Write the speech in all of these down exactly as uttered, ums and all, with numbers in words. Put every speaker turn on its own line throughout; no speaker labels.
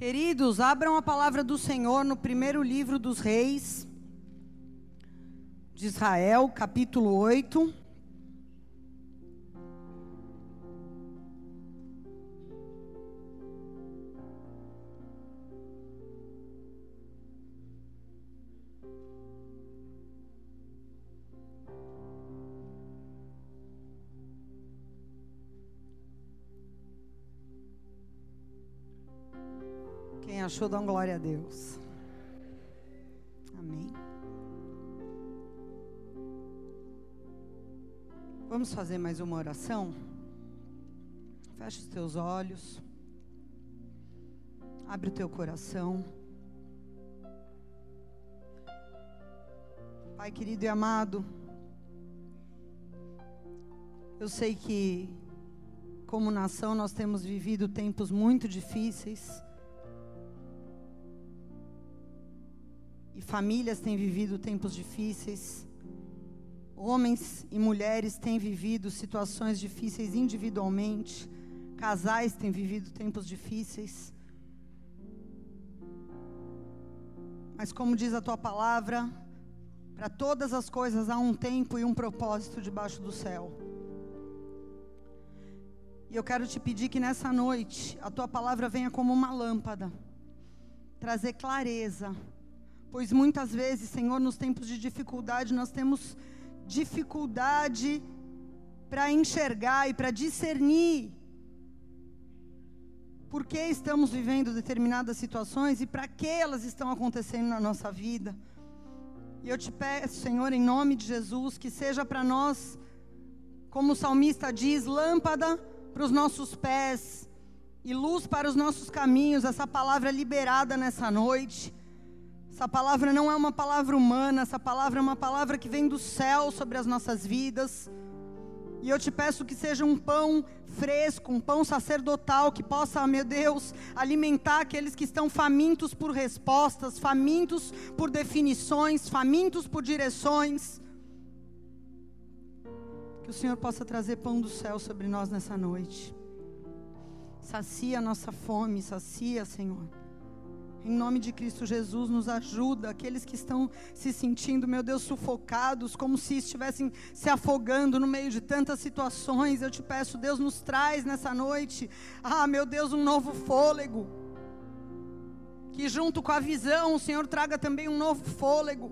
Queridos, abram a palavra do Senhor no primeiro livro dos Reis de Israel, capítulo oito. Quem achou, dá uma glória a Deus. Amém. Vamos fazer mais uma oração? Fecha os teus olhos. Abre o teu coração. Pai querido e amado, eu sei que, como nação, nós temos vivido tempos muito difíceis. E famílias têm vivido tempos difíceis. Homens e mulheres têm vivido situações difíceis individualmente. Casais têm vivido tempos difíceis. Mas como diz a tua palavra, para todas as coisas há um tempo e um propósito debaixo do céu. E eu quero te pedir que nessa noite a tua palavra venha como uma lâmpada, trazer clareza. Pois muitas vezes, Senhor, nos tempos de dificuldade, nós temos dificuldade para enxergar e para discernir por que estamos vivendo determinadas situações e para que elas estão acontecendo na nossa vida. E eu te peço, Senhor, em nome de Jesus, que seja para nós, como o salmista diz, lâmpada para os nossos pés e luz para os nossos caminhos, essa palavra liberada nessa noite. Essa palavra não é uma palavra humana, essa palavra é uma palavra que vem do céu sobre as nossas vidas. E eu te peço que seja um pão fresco, um pão sacerdotal, que possa, meu Deus, alimentar aqueles que estão famintos por respostas, famintos por definições, famintos por direções. Que o Senhor possa trazer pão do céu sobre nós nessa noite. Sacia a nossa fome, sacia, Senhor. Em nome de Cristo Jesus, nos ajuda, aqueles que estão se sentindo, meu Deus, sufocados, como se estivessem se afogando no meio de tantas situações. Eu te peço, Deus, nos traz nessa noite, ah, meu Deus, um novo fôlego. Que junto com a visão, o Senhor traga também um novo fôlego.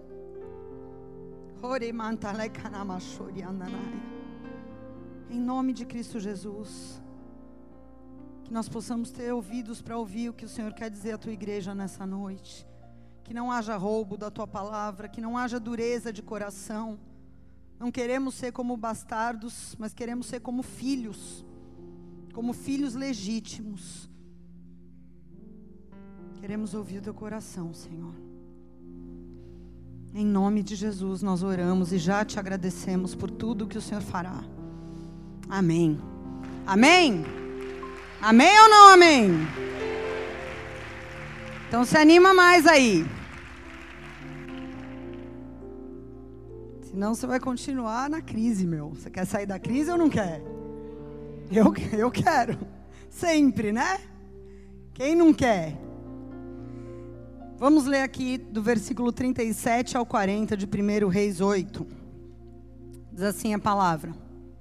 Em nome de Cristo Jesus. Que nós possamos ter ouvidos para ouvir o que o Senhor quer dizer à tua igreja nessa noite. Que não haja roubo da tua palavra, que não haja dureza de coração. Não queremos ser como bastardos, mas queremos ser como filhos, como filhos legítimos. Queremos ouvir o teu coração, Senhor. Em nome de Jesus nós oramos e já te agradecemos por tudo que o Senhor fará. Amém. Amém. Amém ou não amém? Então se anima mais aí. Senão você vai continuar na crise, meu. Você quer sair da crise ou não quer? Eu, eu quero. Sempre, né? Quem não quer? Vamos ler aqui do versículo trinta e sete ao quarenta de primeiro Reis oito. Diz assim a palavra.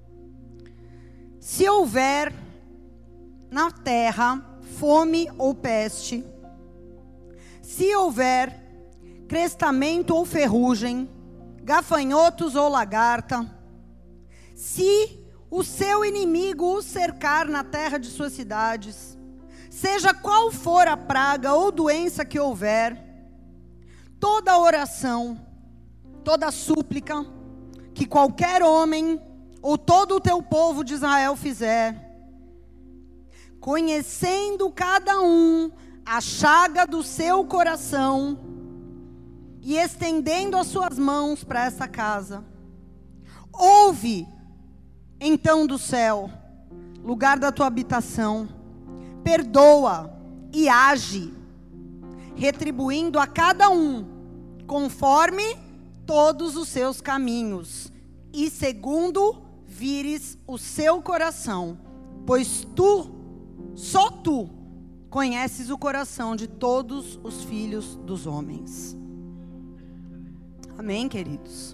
Se houver na terra fome ou peste, se houver crestamento ou ferrugem, gafanhotos ou lagarta, se o seu inimigo o cercar na terra de suas cidades, seja qual for a praga ou doença que houver, toda oração, toda súplica que qualquer homem ou todo o teu povo de Israel fizer, conhecendo cada um a chaga do seu coração e estendendo as suas mãos para essa casa, ouve então do céu, lugar da tua habitação, perdoa e age, retribuindo a cada um conforme todos os seus caminhos e segundo vires o seu coração, pois tu, só tu, conheces o coração de todos os filhos dos homens. Amém, queridos?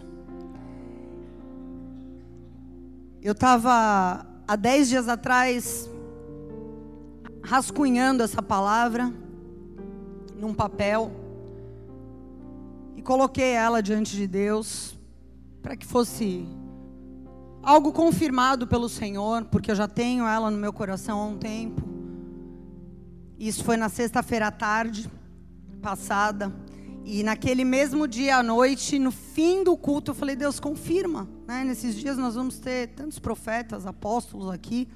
Eu estava há dez dias atrás rascunhando essa palavra num papel e coloquei ela diante de Deus para que fosse algo confirmado pelo Senhor, porque eu já tenho ela no meu coração há um tempo. Isso foi na sexta-feira à tarde passada. E naquele mesmo dia à noite, no fim do culto, eu falei, Deus, confirma, né? Nesses dias nós vamos ter tantos profetas, apóstolos aqui.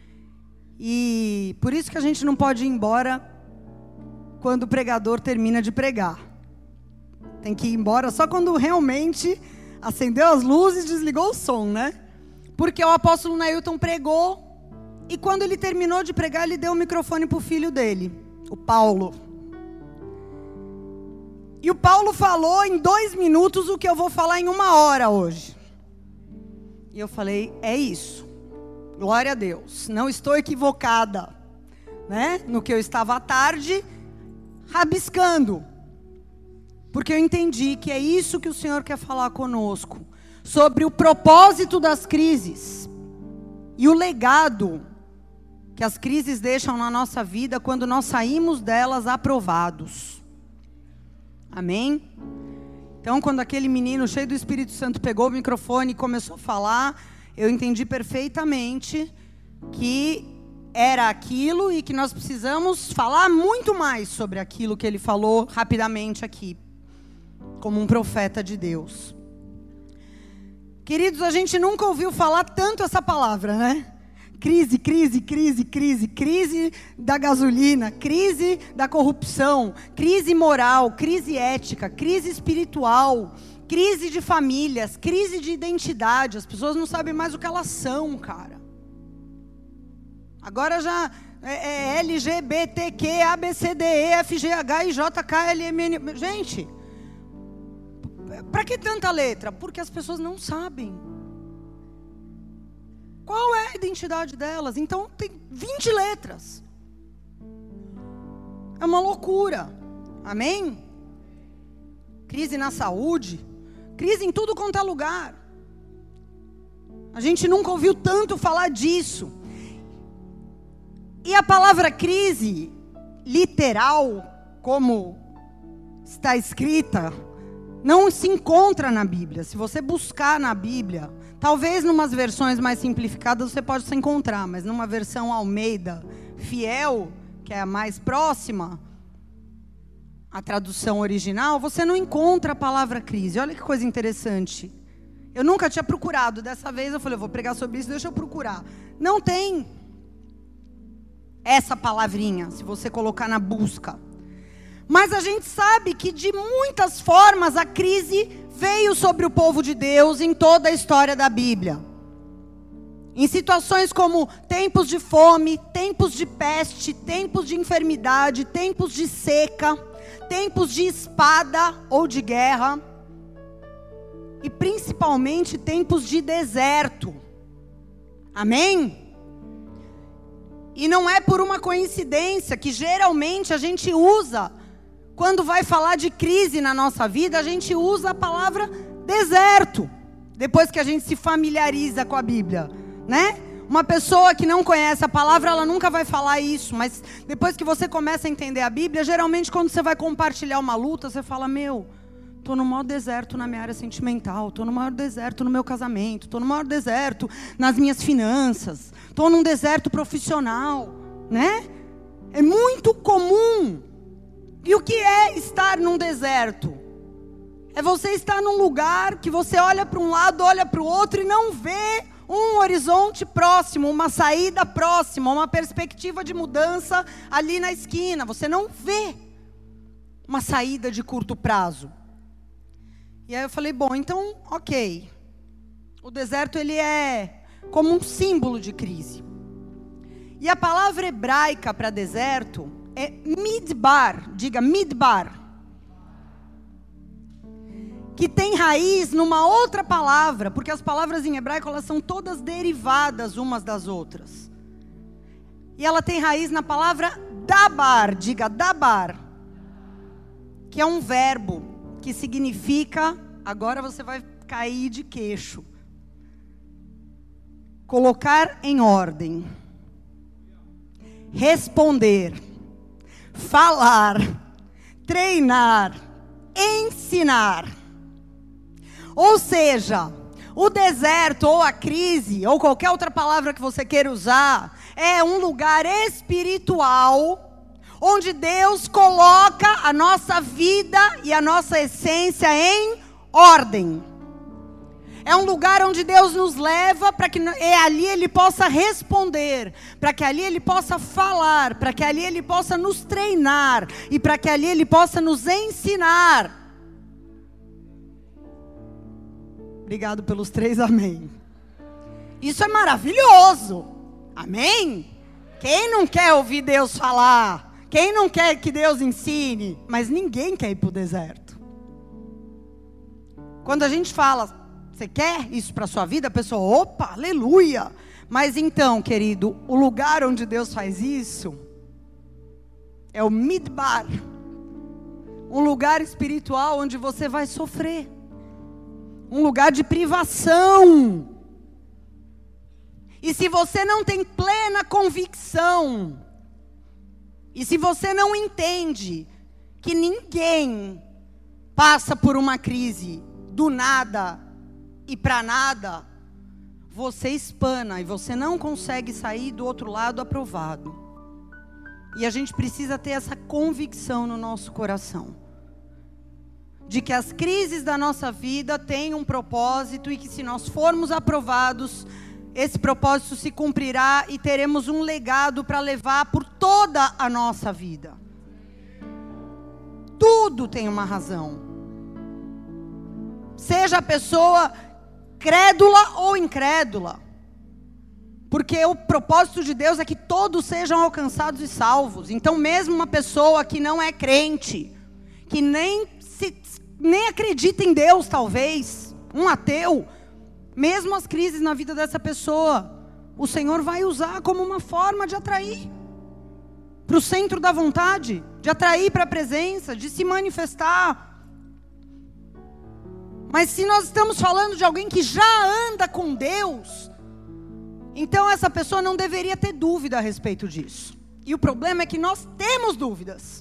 E por isso que a gente não pode ir embora quando o pregador termina de pregar. Tem que ir embora só quando realmente acendeu as luzes e desligou o som, né? Porque o apóstolo Nailton pregou, e quando ele terminou de pregar, ele deu o microfone para o filho dele, o Paulo. E o Paulo falou em dois minutos o que eu vou falar em uma hora hoje. E eu falei, é isso. Glória a Deus. Não estou equivocada, né? No que eu estava à tarde rabiscando. Porque eu entendi que é isso que o Senhor quer falar conosco. Sobre o propósito das crises. E o legado que as crises deixam na nossa vida quando nós saímos delas aprovados. Amém? Então, quando aquele menino cheio do Espírito Santo pegou o microfone e começou a falar, eu entendi perfeitamente que era aquilo e que nós precisamos falar muito mais sobre aquilo que ele falou rapidamente aqui, como um profeta de Deus. Queridos, a gente nunca ouviu falar tanto essa palavra, né? Crise, crise, crise, crise, crise da gasolina, crise da corrupção, crise moral, crise ética, crise espiritual, crise de famílias, crise de identidade. As pessoas não sabem mais o que elas são, cara. Agora já é, é L G B T Q, A B C D E, F G H I J K L M N. Gente, para que tanta letra? Porque as pessoas não sabem. Qual é a identidade delas? Então tem vinte letras. É uma loucura. Amém? Crise na saúde. Crise em tudo quanto é lugar. A gente nunca ouviu tanto falar disso. E a palavra crise, literal, como está escrita, não se encontra na Bíblia. Se você buscar na Bíblia, talvez em umas versões mais simplificadas você pode se encontrar, mas numa versão Almeida fiel, que é a mais próxima à tradução original, você não encontra a palavra crise. Olha que coisa interessante. Eu nunca tinha procurado, dessa vez eu falei, eu vou pregar sobre isso, deixa eu procurar. Não tem essa palavrinha, se você colocar na busca. Mas a gente sabe que de muitas formas a crise veio sobre o povo de Deus em toda a história da Bíblia. Em situações como tempos de fome, tempos de peste, tempos de enfermidade, tempos de seca, tempos de espada ou de guerra. E principalmente tempos de deserto. Amém? E não é por uma coincidência que geralmente a gente usa, quando vai falar de crise na nossa vida, a gente usa a palavra deserto. Depois que a gente se familiariza com a Bíblia, né? Uma pessoa que não conhece a palavra, ela nunca vai falar isso. Mas depois que você começa a entender a Bíblia, geralmente quando você vai compartilhar uma luta, você fala, meu, estou no maior deserto na minha área sentimental, estou no maior deserto no meu casamento, estou no maior deserto nas minhas finanças, estou num deserto profissional, né? É muito comum. E o que é estar num deserto? É você estar num lugar que você olha para um lado, olha para o outro e não vê um horizonte próximo, uma saída próxima, uma perspectiva de mudança ali na esquina. Você não vê uma saída de curto prazo. E aí eu falei, bom, então, ok. O deserto, ele é como um símbolo de crise. E a palavra hebraica para deserto é midbar, diga midbar. Que tem raiz numa outra palavra, porque as palavras em hebraico, elas são todas derivadas umas das outras. E ela tem raiz na palavra dabar, diga dabar, que é um verbo que significa, agora você vai cair de queixo, colocar em ordem, responder, falar, treinar, ensinar. Ou seja, o deserto ou a crise, ou qualquer outra palavra que você queira usar, é um lugar espiritual onde Deus coloca a nossa vida e a nossa essência em ordem. É um lugar onde Deus nos leva para que ali Ele possa responder, para que ali Ele possa falar, para que ali Ele possa nos treinar e para que ali Ele possa nos ensinar. Obrigado pelos três amém. Isso é maravilhoso. Amém? Quem não quer ouvir Deus falar? Quem não quer que Deus ensine? Mas ninguém quer ir para o deserto. Quando a gente fala, você quer isso para a sua vida? A pessoa, opa, aleluia. Mas então, querido, o lugar onde Deus faz isso é o midbar. Um lugar espiritual onde você vai sofrer. Um lugar de privação. E se você não tem plena convicção, e se você não entende que ninguém passa por uma crise do nada e para nada, você espana e você não consegue sair do outro lado aprovado. E a gente precisa ter essa convicção no nosso coração, de que as crises da nossa vida têm um propósito e que se nós formos aprovados, esse propósito se cumprirá e teremos um legado para levar por toda a nossa vida. Tudo tem uma razão. Seja a pessoa crédula ou incrédula. Porque o propósito de Deus é que todos sejam alcançados e salvos. Então mesmo uma pessoa que não é crente, que nem, se, nem acredita em Deus talvez, um ateu, mesmo as crises na vida dessa pessoa, o Senhor vai usar como uma forma de atrair para o centro da vontade, de atrair para a presença, de se manifestar. Mas se nós estamos falando de alguém que já anda com Deus, então essa pessoa não deveria ter dúvida a respeito disso. E o problema é que nós temos dúvidas.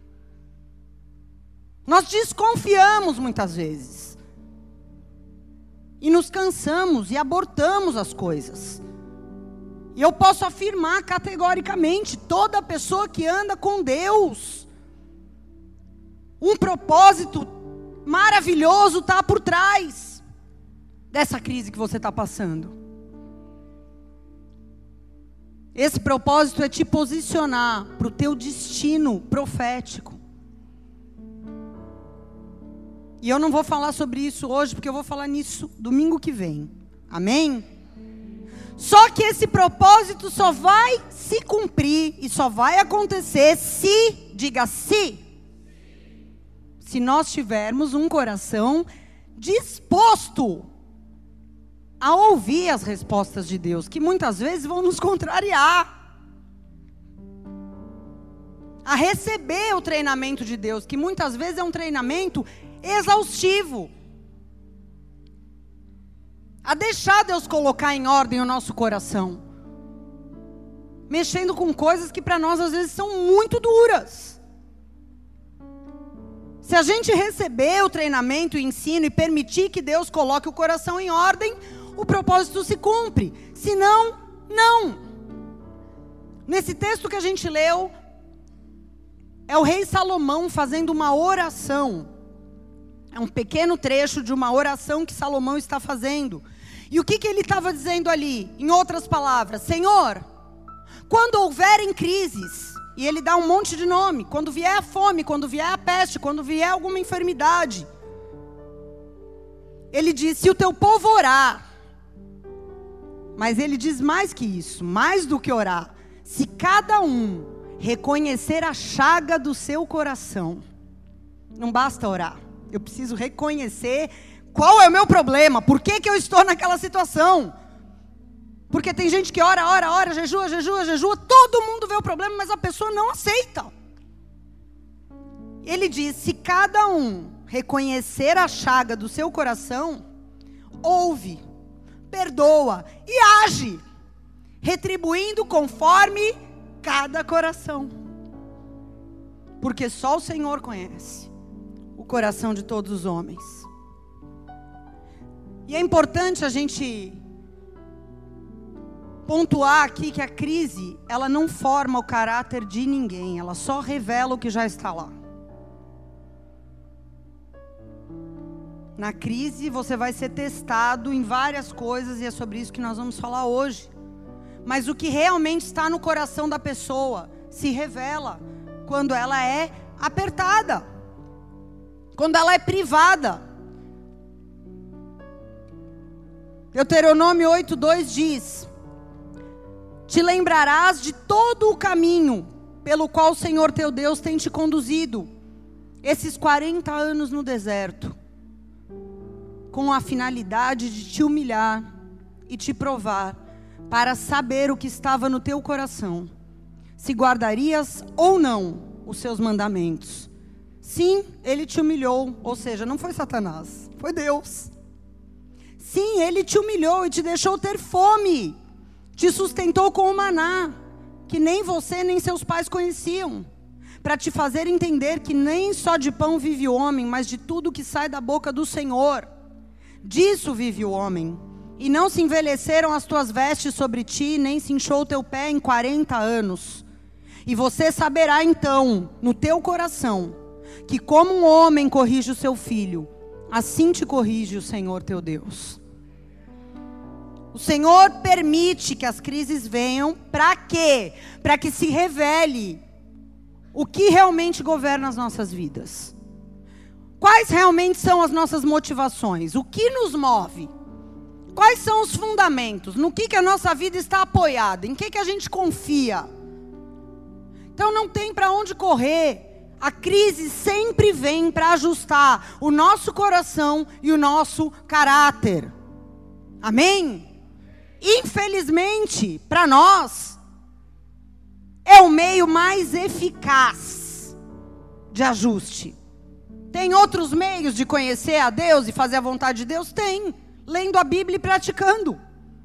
Nós desconfiamos muitas vezes. E nos cansamos e abortamos as coisas. E eu posso afirmar categoricamente, toda pessoa que anda com Deus, um propósito maravilhoso está por trás dessa crise que você está passando. Esse propósito é te posicionar para o teu destino profético. E eu não vou falar sobre isso hoje, porque eu vou falar nisso domingo que vem. Amém? Só que esse propósito só vai se cumprir e só vai acontecer se, diga se, se nós tivermos um coração disposto a ouvir as respostas de Deus, que muitas vezes vão nos contrariar. A receber o treinamento de Deus, que muitas vezes é um treinamento exaustivo. A deixar Deus colocar em ordem o nosso coração, mexendo com coisas que para nós às vezes são muito duras. Se a gente receber o treinamento, o ensino e permitir que Deus coloque o coração em ordem, o propósito se cumpre. Se não, não. Nesse texto que a gente leu, é o rei Salomão fazendo uma oração. É um pequeno trecho de uma oração que Salomão está fazendo. E o que, que ele estava dizendo ali? Em outras palavras, Senhor, quando houverem crises, e ele dá um monte de nome, quando vier a fome, quando vier a peste, quando vier alguma enfermidade, ele diz, se o teu povo orar, mas ele diz mais que isso, mais do que orar, se cada um reconhecer a chaga do seu coração, não basta orar, eu preciso reconhecer qual é o meu problema, por que que eu estou naquela situação, Porque tem gente que ora, ora, ora, jejua, jejua, jejua, todo mundo vê o problema, mas a pessoa não aceita. Ele diz, se cada um reconhecer a chaga do seu coração, ouve, perdoa e age, retribuindo conforme cada coração. Porque só o Senhor conhece o coração de todos os homens. E é importante a gente pontuar aqui que a crise, ela não forma o caráter de ninguém, ela só revela o que já está lá. Na crise você vai ser testado em várias coisas e é sobre isso que nós vamos falar hoje. Mas o que realmente está no coração da pessoa se revela quando ela é apertada, quando ela é privada. Deuteronômio oito, dois diz: te lembrarás de todo o caminho pelo qual o Senhor teu Deus tem te conduzido esses quarenta anos no deserto, com a finalidade de te humilhar e te provar, para saber o que estava no teu coração, se guardarias ou não os seus mandamentos. Sim, ele te humilhou, ou seja, não foi Satanás, foi Deus. Sim, ele te humilhou e te deixou ter fome, te sustentou com o maná, que nem você nem seus pais conheciam, para te fazer entender que nem só de pão vive o homem, mas de tudo que sai da boca do Senhor. Disso vive o homem. E não se envelheceram as tuas vestes sobre ti, nem se inchou o teu pé em quarenta anos. E você saberá então, no teu coração, que como um homem corrige o seu filho, assim te corrige o Senhor teu Deus. O Senhor permite que as crises venham, para quê? Para que se revele o que realmente governa as nossas vidas. Quais realmente são as nossas motivações? O que nos move? Quais são os fundamentos? No que, que a nossa vida está apoiada? Em que, que a gente confia? Então não tem para onde correr. A crise sempre vem para ajustar o nosso coração e o nosso caráter. Amém? Infelizmente, para nós, é o meio mais eficaz de ajuste. Tem outros meios de conhecer a Deus e fazer a vontade de Deus? Tem. Lendo a Bíblia e praticando.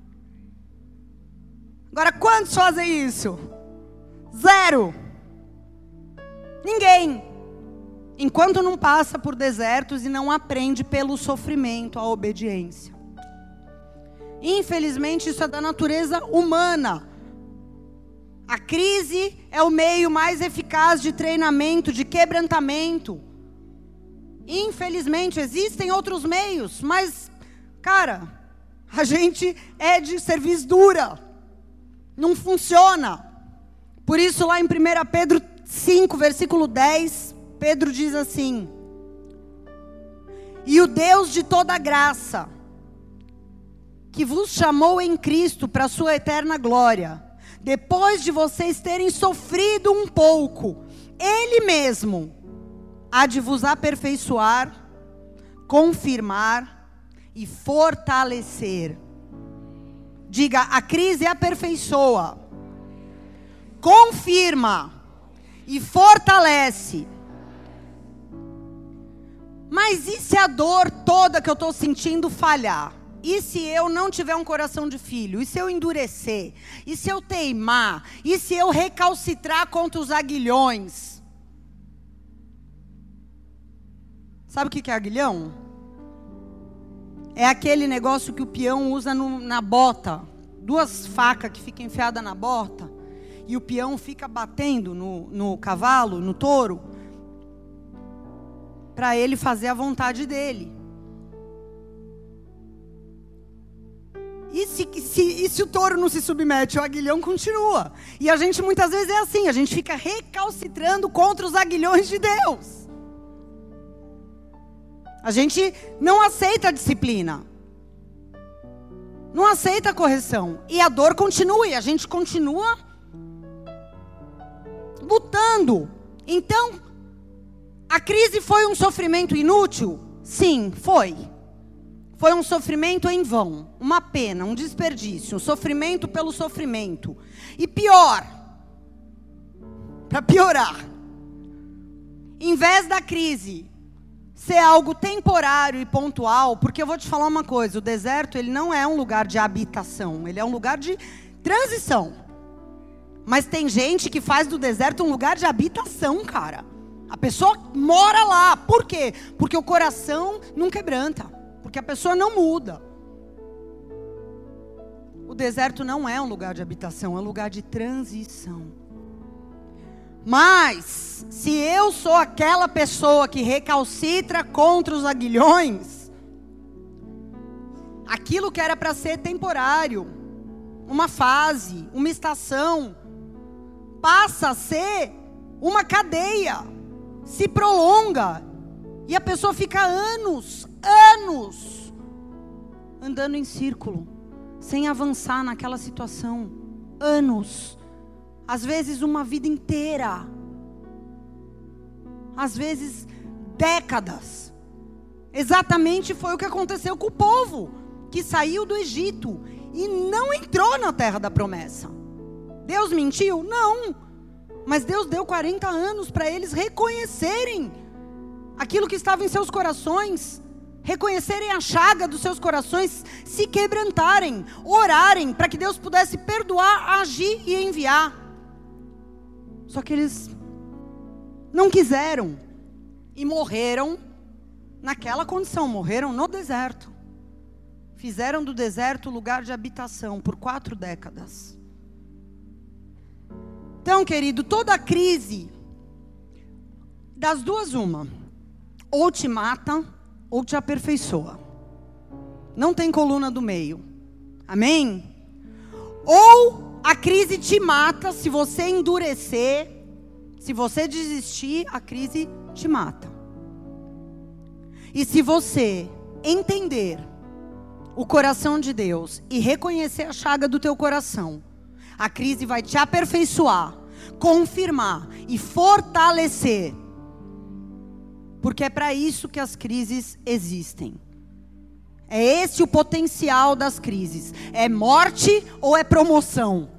Agora, quantos fazem isso? Zero. Ninguém. Enquanto não passa por desertos e não aprende pelo sofrimento a obediência. Infelizmente, isso é da natureza humana. A crise é o meio mais eficaz de treinamento, de quebrantamento. Infelizmente, existem outros meios, mas, cara, a gente é de serviço dura. Não funciona. Por isso, lá em primeira Pedro cinco, versículo dez, Pedro diz assim: e o Deus de toda graça, que vos chamou em Cristo para a sua eterna glória, depois de vocês terem sofrido um pouco, Ele mesmo há de vos aperfeiçoar, confirmar e fortalecer. Diga, a crise aperfeiçoa, confirma e fortalece. Mas e se a dor toda que eu estou sentindo falhar? E se eu não tiver um coração de filho? E se eu endurecer? E se eu teimar? E se eu recalcitrar contra os aguilhões? Sabe o que é aguilhão? É aquele negócio que o peão usa no, na bota. Duas facas que ficam enfiadas na bota. E o peão fica batendo no, no cavalo, no touro, para ele fazer a vontade dele. E se, se, e se o touro não se submete, o aguilhão continua. E a gente muitas vezes é assim, a gente fica recalcitrando contra os aguilhões de Deus. A gente não aceita a disciplina. Não aceita a correção. E a dor continua, e a gente continua lutando. Então, a crise foi um sofrimento inútil? Sim, foi. foi um sofrimento em vão, uma pena, um desperdício, um sofrimento pelo sofrimento. E pior, para piorar, em vez da crise ser algo temporário e pontual, porque eu vou te falar uma coisa, o deserto ele não é um lugar de habitação, ele é um lugar de transição. Mas tem gente que faz do deserto um lugar de habitação, cara. A pessoa mora lá. Por quê? Porque o coração não quebranta. Porque a pessoa não muda. O deserto não é um lugar de habitação, é um lugar de transição. Mas, se eu sou aquela pessoa que recalcitra contra os aguilhões, aquilo que era para ser temporário, uma fase, uma estação, passa a ser uma cadeia, se prolonga, e a pessoa fica anos, anos, andando em círculo, sem avançar naquela situação, anos, às vezes uma vida inteira, às vezes décadas. Exatamente foi o que aconteceu com o povo, que saiu do Egito, e não entrou na terra da promessa. Deus mentiu? Não. Mas Deus deu quarenta anos para eles reconhecerem aquilo que estava em seus corações, reconhecerem a chaga dos seus corações, se quebrantarem, orarem, para que Deus pudesse perdoar, agir e enviar. Só que eles não quiseram e morreram naquela condição, morreram no deserto. Fizeram do deserto lugar de habitação por quatro décadas. Então, querido, toda crise, das duas uma, ou te mata, ou te aperfeiçoa. Não tem coluna do meio. Amém? Ou a crise te mata, se você endurecer, se você desistir, a crise te mata. E se você entender o coração de Deus e reconhecer a chaga do teu coração, a crise vai te aperfeiçoar, confirmar e fortalecer. Porque é para isso que as crises existem. É esse o potencial das crises. É morte ou é promoção?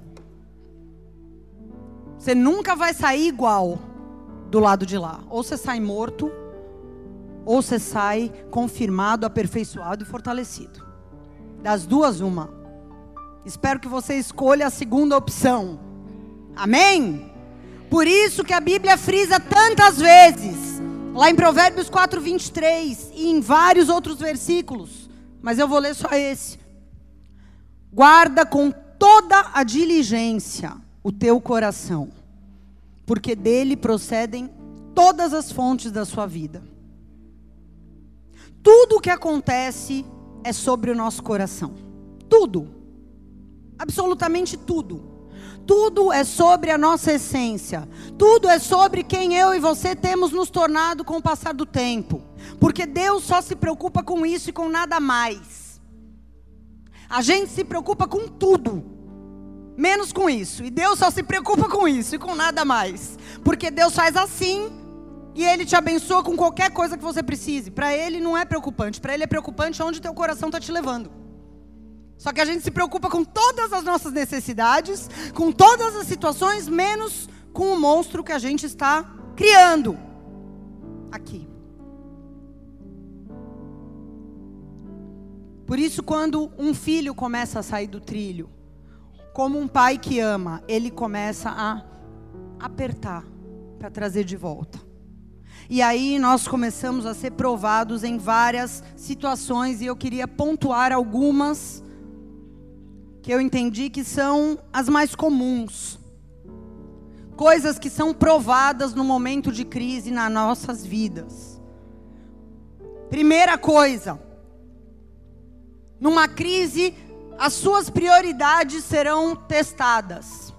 Você nunca vai sair igual do lado de lá. Ou você sai morto, ou você sai confirmado, aperfeiçoado e fortalecido. Das duas, uma. Espero que você escolha a segunda opção. Amém? Por isso que a Bíblia frisa tantas vezes, lá em Provérbios quatro, vinte e três, e em vários outros versículos, mas eu vou ler só esse. Guarda com toda a diligência o teu coração, porque dele procedem todas as fontes da sua vida. Tudo o que acontece é sobre o nosso coração. Tudo. Absolutamente tudo. Tudo é sobre a nossa essência. Tudo é sobre quem eu e você temos nos tornado com o passar do tempo. Porque Deus só se preocupa com isso e com nada mais. A gente se preocupa com tudo, menos com isso. E Deus só se preocupa com isso e com nada mais. Porque Deus faz assim e Ele te abençoa com qualquer coisa que você precise. Para Ele não é preocupante. Para Ele é preocupante onde teu coração está te levando. Só que a gente se preocupa com todas as nossas necessidades, com todas as situações, menos com o monstro que a gente está criando aqui. Por isso, quando um filho começa a sair do trilho, como um pai que ama, ele começa a apertar para trazer de volta. E aí nós começamos a ser provados em várias situações, e eu queria pontuar algumas que eu entendi que são as mais comuns. Coisas que são provadas no momento de crise nas nossas vidas. Primeira coisa, numa crise, as suas prioridades serão testadas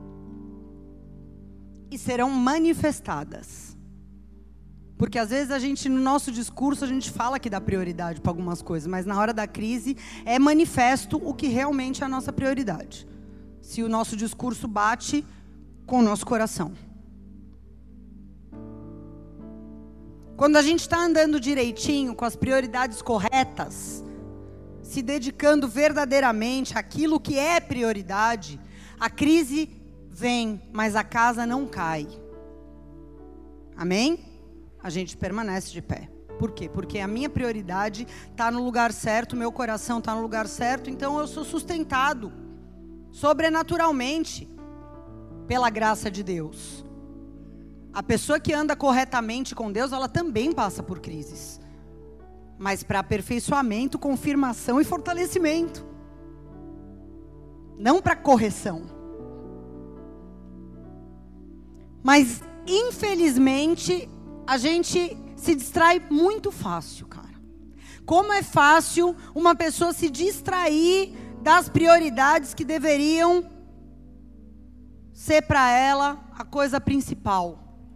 e serão manifestadas. Porque às vezes a gente, no nosso discurso, a gente fala que dá prioridade para algumas coisas, mas na hora da crise é manifesto o que realmente é a nossa prioridade. Se o nosso discurso bate com o nosso coração. Quando a gente está andando direitinho, com as prioridades corretas, se dedicando verdadeiramente àquilo que é prioridade, a crise vem, mas a casa não cai. Amém? A gente permanece de pé. Por quê? Porque a minha prioridade está no lugar certo, meu coração está no lugar certo, então eu sou sustentado sobrenaturalmente pela graça de Deus. A pessoa que anda corretamente com Deus, ela também passa por crises. Mas para aperfeiçoamento, confirmação e fortalecimento. Não para correção. Mas, infelizmente, a gente se distrai muito fácil, cara. Como é fácil uma pessoa se distrair das prioridades que deveriam ser para ela a coisa principal.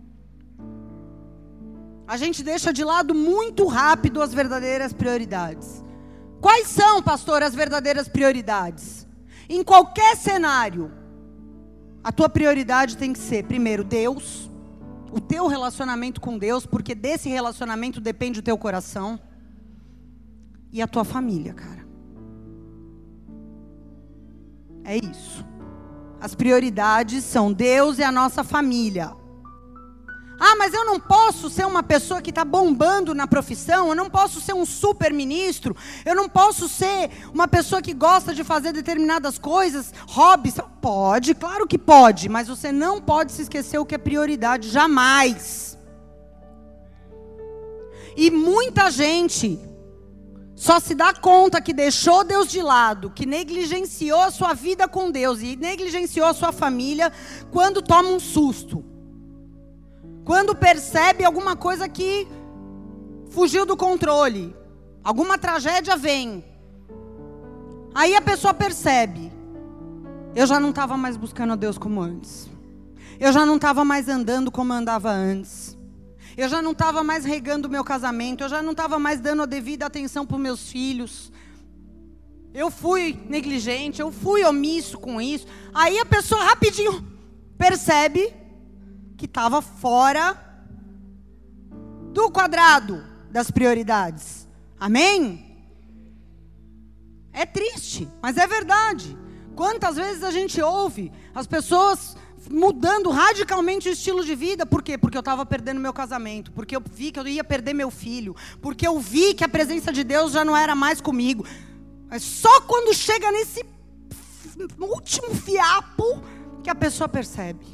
A gente deixa de lado muito rápido as verdadeiras prioridades. Quais são, pastor, as verdadeiras prioridades? Em qualquer cenário, a tua prioridade tem que ser, primeiro, Deus, o teu relacionamento com Deus, porque desse relacionamento depende o teu coração, e a tua família, cara. É isso. As prioridades são Deus e a nossa família. Ah, mas eu não posso ser uma pessoa que está bombando na profissão, eu não posso ser um super ministro, eu não posso ser uma pessoa que gosta de fazer determinadas coisas, hobbies. Pode, claro que pode, mas você não pode se esquecer o que é prioridade, jamais. E muita gente só se dá conta que deixou Deus de lado, que negligenciou a sua vida com Deus e negligenciou a sua família quando toma um susto. Quando percebe alguma coisa que fugiu do controle, alguma tragédia vem. Aí a pessoa percebe, eu já não estava mais buscando a Deus como antes. Eu já não estava mais andando como eu andava antes. Eu já não estava mais regando o meu casamento. Eu já não estava mais dando a devida atenção para os meus filhos. Eu fui negligente, eu fui omisso com isso. Aí a pessoa rapidinho percebe que estava fora do quadrado das prioridades. Amém? É triste, mas é verdade. Quantas vezes a gente ouve as pessoas mudando radicalmente o estilo de vida? Por quê? Porque eu estava perdendo meu casamento, porque eu vi que eu ia perder meu filho, porque eu vi que a presença de Deus já não era mais comigo. Mas só quando chega nesse último fiapo que a pessoa percebe.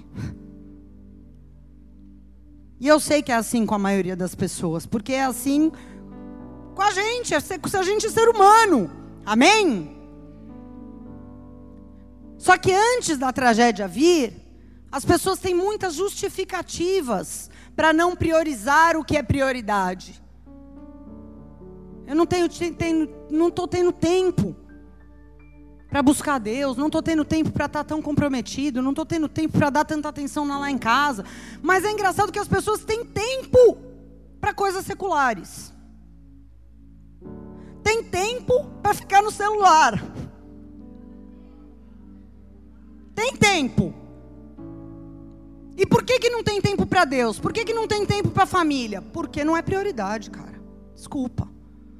E eu sei que é assim com a maioria das pessoas, porque é assim com a gente, é com a gente é ser humano. Amém? Só que antes da tragédia vir, as pessoas têm muitas justificativas para não priorizar o que é prioridade. Eu não tenho, tenho, não estou tendo tempo para buscar Deus, não estou tendo tempo para estar tão comprometido, não estou tendo tempo para dar tanta atenção lá em casa. Mas é engraçado que as pessoas têm tempo para coisas seculares. Tem tempo para ficar no celular. Tem tempo. E por que que não tem tempo para Deus? Por que que não tem tempo para a família? Porque não é prioridade, cara. Desculpa.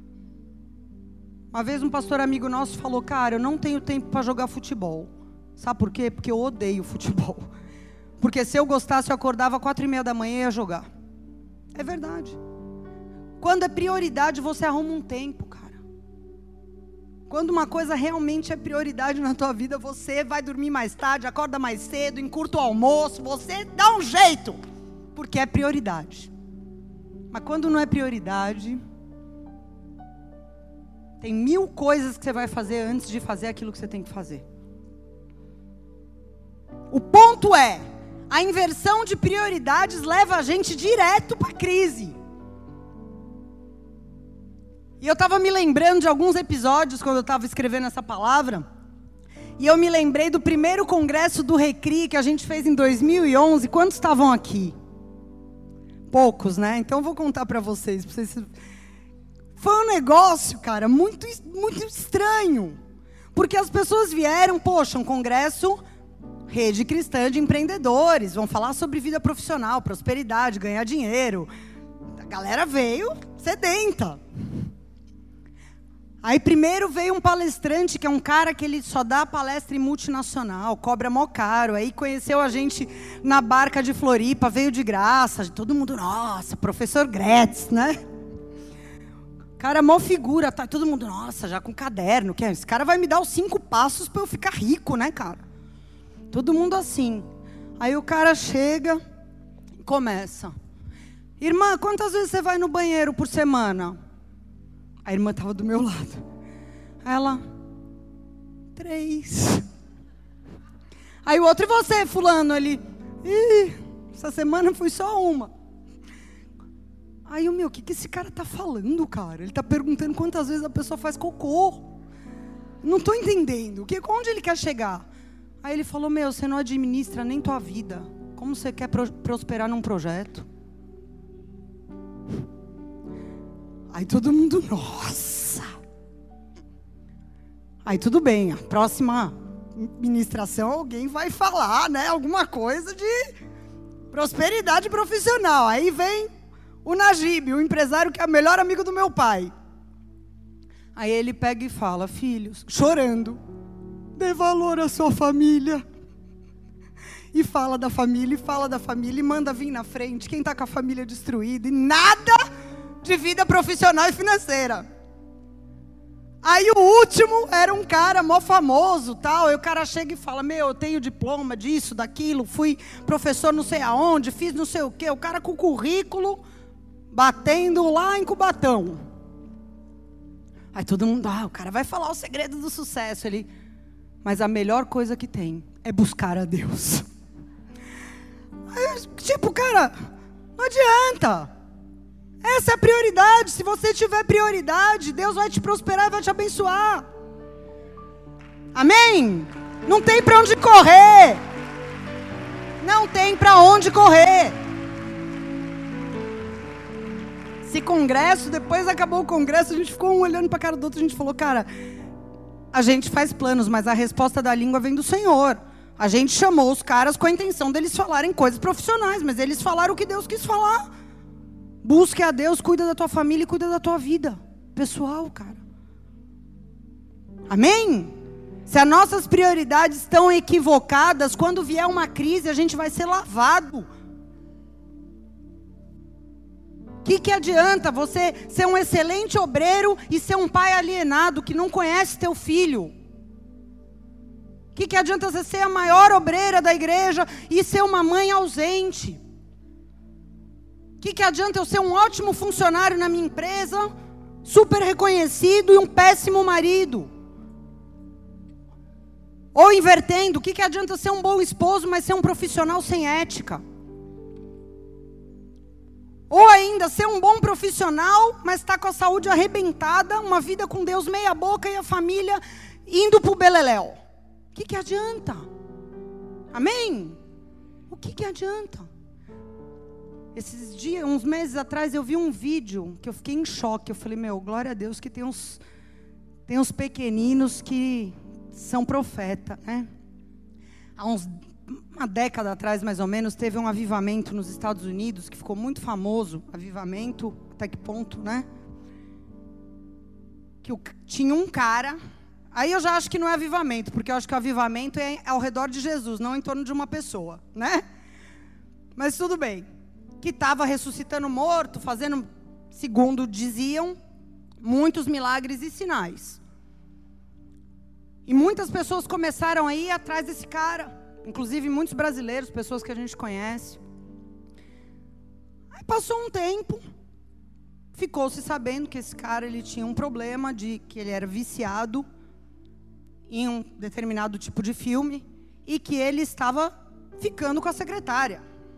Uma vez um pastor amigo nosso falou, cara, eu não tenho tempo para jogar futebol. Sabe por quê? Porque eu odeio futebol. Porque se eu gostasse, eu acordava às quatro e meia da manhã e ia jogar. É verdade. Quando é prioridade, você arruma um tempo, cara. Quando uma coisa realmente é prioridade na tua vida, você vai dormir mais tarde, acorda mais cedo, encurta o almoço, você dá um jeito. Porque é prioridade. Mas quando não é prioridade, tem mil coisas que você vai fazer antes de fazer aquilo que você tem que fazer. O ponto é, a inversão de prioridades leva a gente direto para a crise. E eu estava me lembrando de alguns episódios quando eu estava escrevendo essa palavra. E eu me lembrei do primeiro congresso do Recri que a gente fez em dois mil e onze. Quantos estavam aqui? Poucos, né? Então eu vou contar para vocês, para vocês... Foi um negócio, cara, muito, muito estranho. Porque as pessoas vieram, poxa, um congresso, rede cristã de empreendedores, vão falar sobre vida profissional, prosperidade, ganhar dinheiro. A galera veio sedenta. Aí primeiro veio um palestrante, que é um cara que ele só dá palestra em multinacional, cobra mó caro. Aí conheceu a gente na barca de Floripa, veio de graça. Todo mundo, nossa, professor Gretz, né? Cara, mó figura, tá? Todo mundo, nossa, já com caderno. Que é? Esse cara vai me dar os cinco passos para eu ficar rico, né, cara? Todo mundo assim. Aí o cara chega e começa. Irmã, quantas vezes você vai no banheiro por semana? A irmã estava do meu lado. Ela, três. Aí o outro, e você, fulano? Ele, ih, essa semana fui só uma. Aí o meu, o que, que esse cara tá falando, cara? Ele tá perguntando quantas vezes a pessoa faz cocô. Não tô entendendo. Que, onde ele quer chegar? Aí ele falou, meu, você não administra nem tua vida. Como você quer pro, prosperar num projeto? Aí todo mundo, nossa. Aí tudo bem, a próxima ministração alguém vai falar, né, alguma coisa de prosperidade profissional. Aí vem o Najib, o empresário que é o melhor amigo do meu pai. Aí ele pega e fala, filhos, chorando, dê valor à sua família. E fala da família, e fala da família, e manda vir na frente quem está com a família destruída, e nada de vida profissional e financeira. Aí o último era um cara mó famoso, tal, e o cara chega e fala, meu, eu tenho diploma disso, daquilo, fui professor não sei aonde, fiz não sei o quê, o cara com o currículo batendo lá em Cubatão. Aí todo mundo, ah, o cara vai falar o segredo do sucesso. Ele, mas a melhor coisa que tem é buscar a Deus. Aí, tipo, cara, não adianta. Essa é a prioridade. Se você tiver prioridade, Deus vai te prosperar e vai te abençoar. Amém? Não tem para onde correr. Não tem para onde correr. Esse congresso, depois acabou o congresso, a gente ficou um olhando para a cara do outro, a gente falou, cara, a gente faz planos, mas a resposta da língua vem do Senhor. A gente chamou os caras com a intenção deles falarem coisas profissionais, mas eles falaram o que Deus quis falar. Busque a Deus, cuida da tua família e cuida da tua vida pessoal, cara. Amém? Se as nossas prioridades estão equivocadas, quando vier uma crise, a gente vai ser lavado. O que, que adianta você ser um excelente obreiro e ser um pai alienado que não conhece teu filho? O que, que adianta você ser a maior obreira da igreja e ser uma mãe ausente? O que, que adianta eu ser um ótimo funcionário na minha empresa, super reconhecido e um péssimo marido? Ou invertendo, o que, que adianta eu ser um bom esposo, mas ser um profissional sem ética? Ou ainda, ser um bom profissional, mas estar com a saúde arrebentada, uma vida com Deus meia boca e a família indo para o beleléu. O que, que adianta? Amém? O que, que adianta? Esses dias, uns meses atrás, eu vi um vídeo que eu fiquei em choque. Eu falei, meu, glória a Deus que tem uns, tem uns pequeninos que são profeta, né? Há uns, uma década atrás, mais ou menos, teve um avivamento nos Estados Unidos, que ficou muito famoso. Avivamento, até que ponto, né? Que o, tinha um cara... Aí eu já acho que não é avivamento, porque eu acho que o avivamento é ao redor de Jesus, não em torno de uma pessoa, né? Mas tudo bem. Que estava ressuscitando morto, fazendo, segundo diziam, muitos milagres e sinais. E muitas pessoas começaram a ir atrás desse cara, inclusive muitos brasileiros, pessoas que a gente conhece. Aí passou um tempo, ficou-se sabendo que esse cara ele tinha um problema, de que ele era viciado em um determinado tipo de filme e que ele estava ficando com a secretária.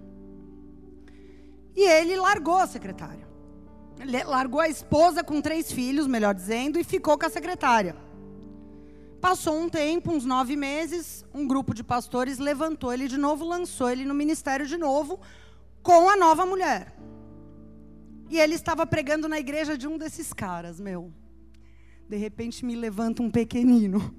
E ele largou a secretária. Ele largou a esposa com três filhos, melhor dizendo, e ficou com a secretária. Passou um tempo, uns nove meses, um grupo de pastores levantou ele de novo, lançou ele no ministério de novo, com a nova mulher. E ele estava pregando na igreja de um desses caras, meu. De repente me levanta um pequenino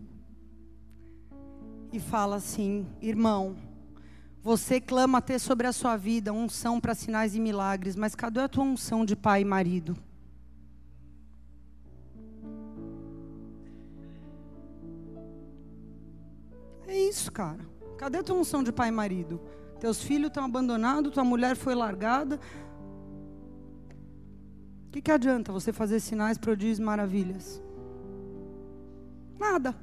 e fala assim, irmão, você clama ter sobre a sua vida unção para sinais e milagres, mas cadê a tua unção de pai e marido? isso, cara? Cadê tua unção de pai e marido? Teus filhos estão abandonados, tua mulher foi largada. O que, que adianta você fazer sinais, prodígios e maravilhas? Nada.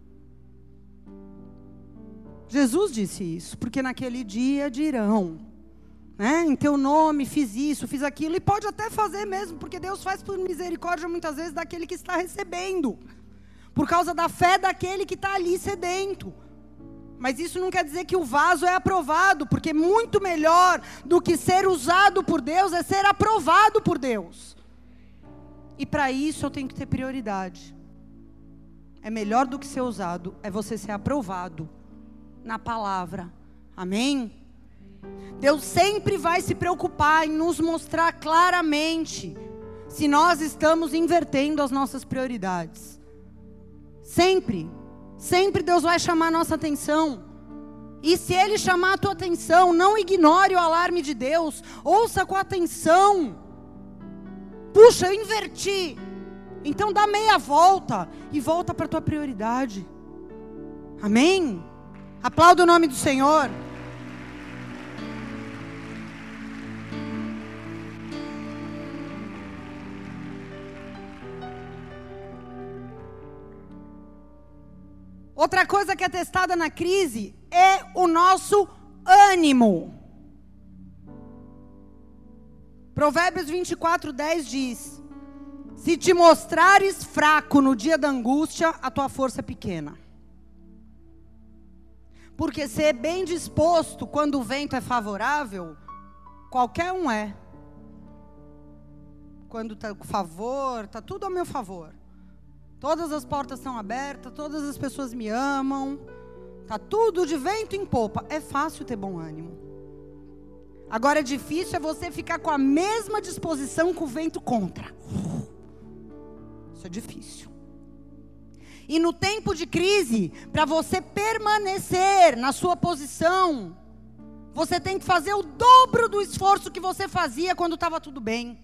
Jesus disse isso, porque naquele dia dirão, né? Em teu nome fiz isso, fiz aquilo, e pode até fazer mesmo, porque Deus faz por misericórdia muitas vezes daquele que está recebendo, por causa da fé daquele que está ali sedento. Mas isso não quer dizer que o vaso é aprovado, porque muito melhor do que ser usado por Deus é ser aprovado por Deus. E para isso eu tenho que ter prioridade. É melhor do que ser usado, é você ser aprovado na palavra. Amém? Deus sempre vai se preocupar em nos mostrar claramente se nós estamos invertendo as nossas prioridades. Sempre. Sempre Deus vai chamar a nossa atenção. E se Ele chamar a tua atenção, não ignore o alarme de Deus. Ouça com atenção. Puxa, eu inverti. Então dá meia volta e volta para a tua prioridade. Amém? Aplauda o nome do Senhor. Outra coisa que é testada na crise é o nosso ânimo. Provérbios vinte e quatro, dez diz: se te mostrares fraco no dia da angústia, a tua força é pequena. Porque ser bem disposto quando o vento é favorável, qualquer um é. Quando está com favor, está tudo ao meu favor. Todas as portas estão abertas, todas as pessoas me amam, está tudo de vento em popa. É fácil ter bom ânimo. Agora, é difícil é você ficar com a mesma disposição com o vento contra. Isso é difícil. E no tempo de crise, para você permanecer na sua posição, você tem que fazer o dobro do esforço que você fazia quando estava tudo bem.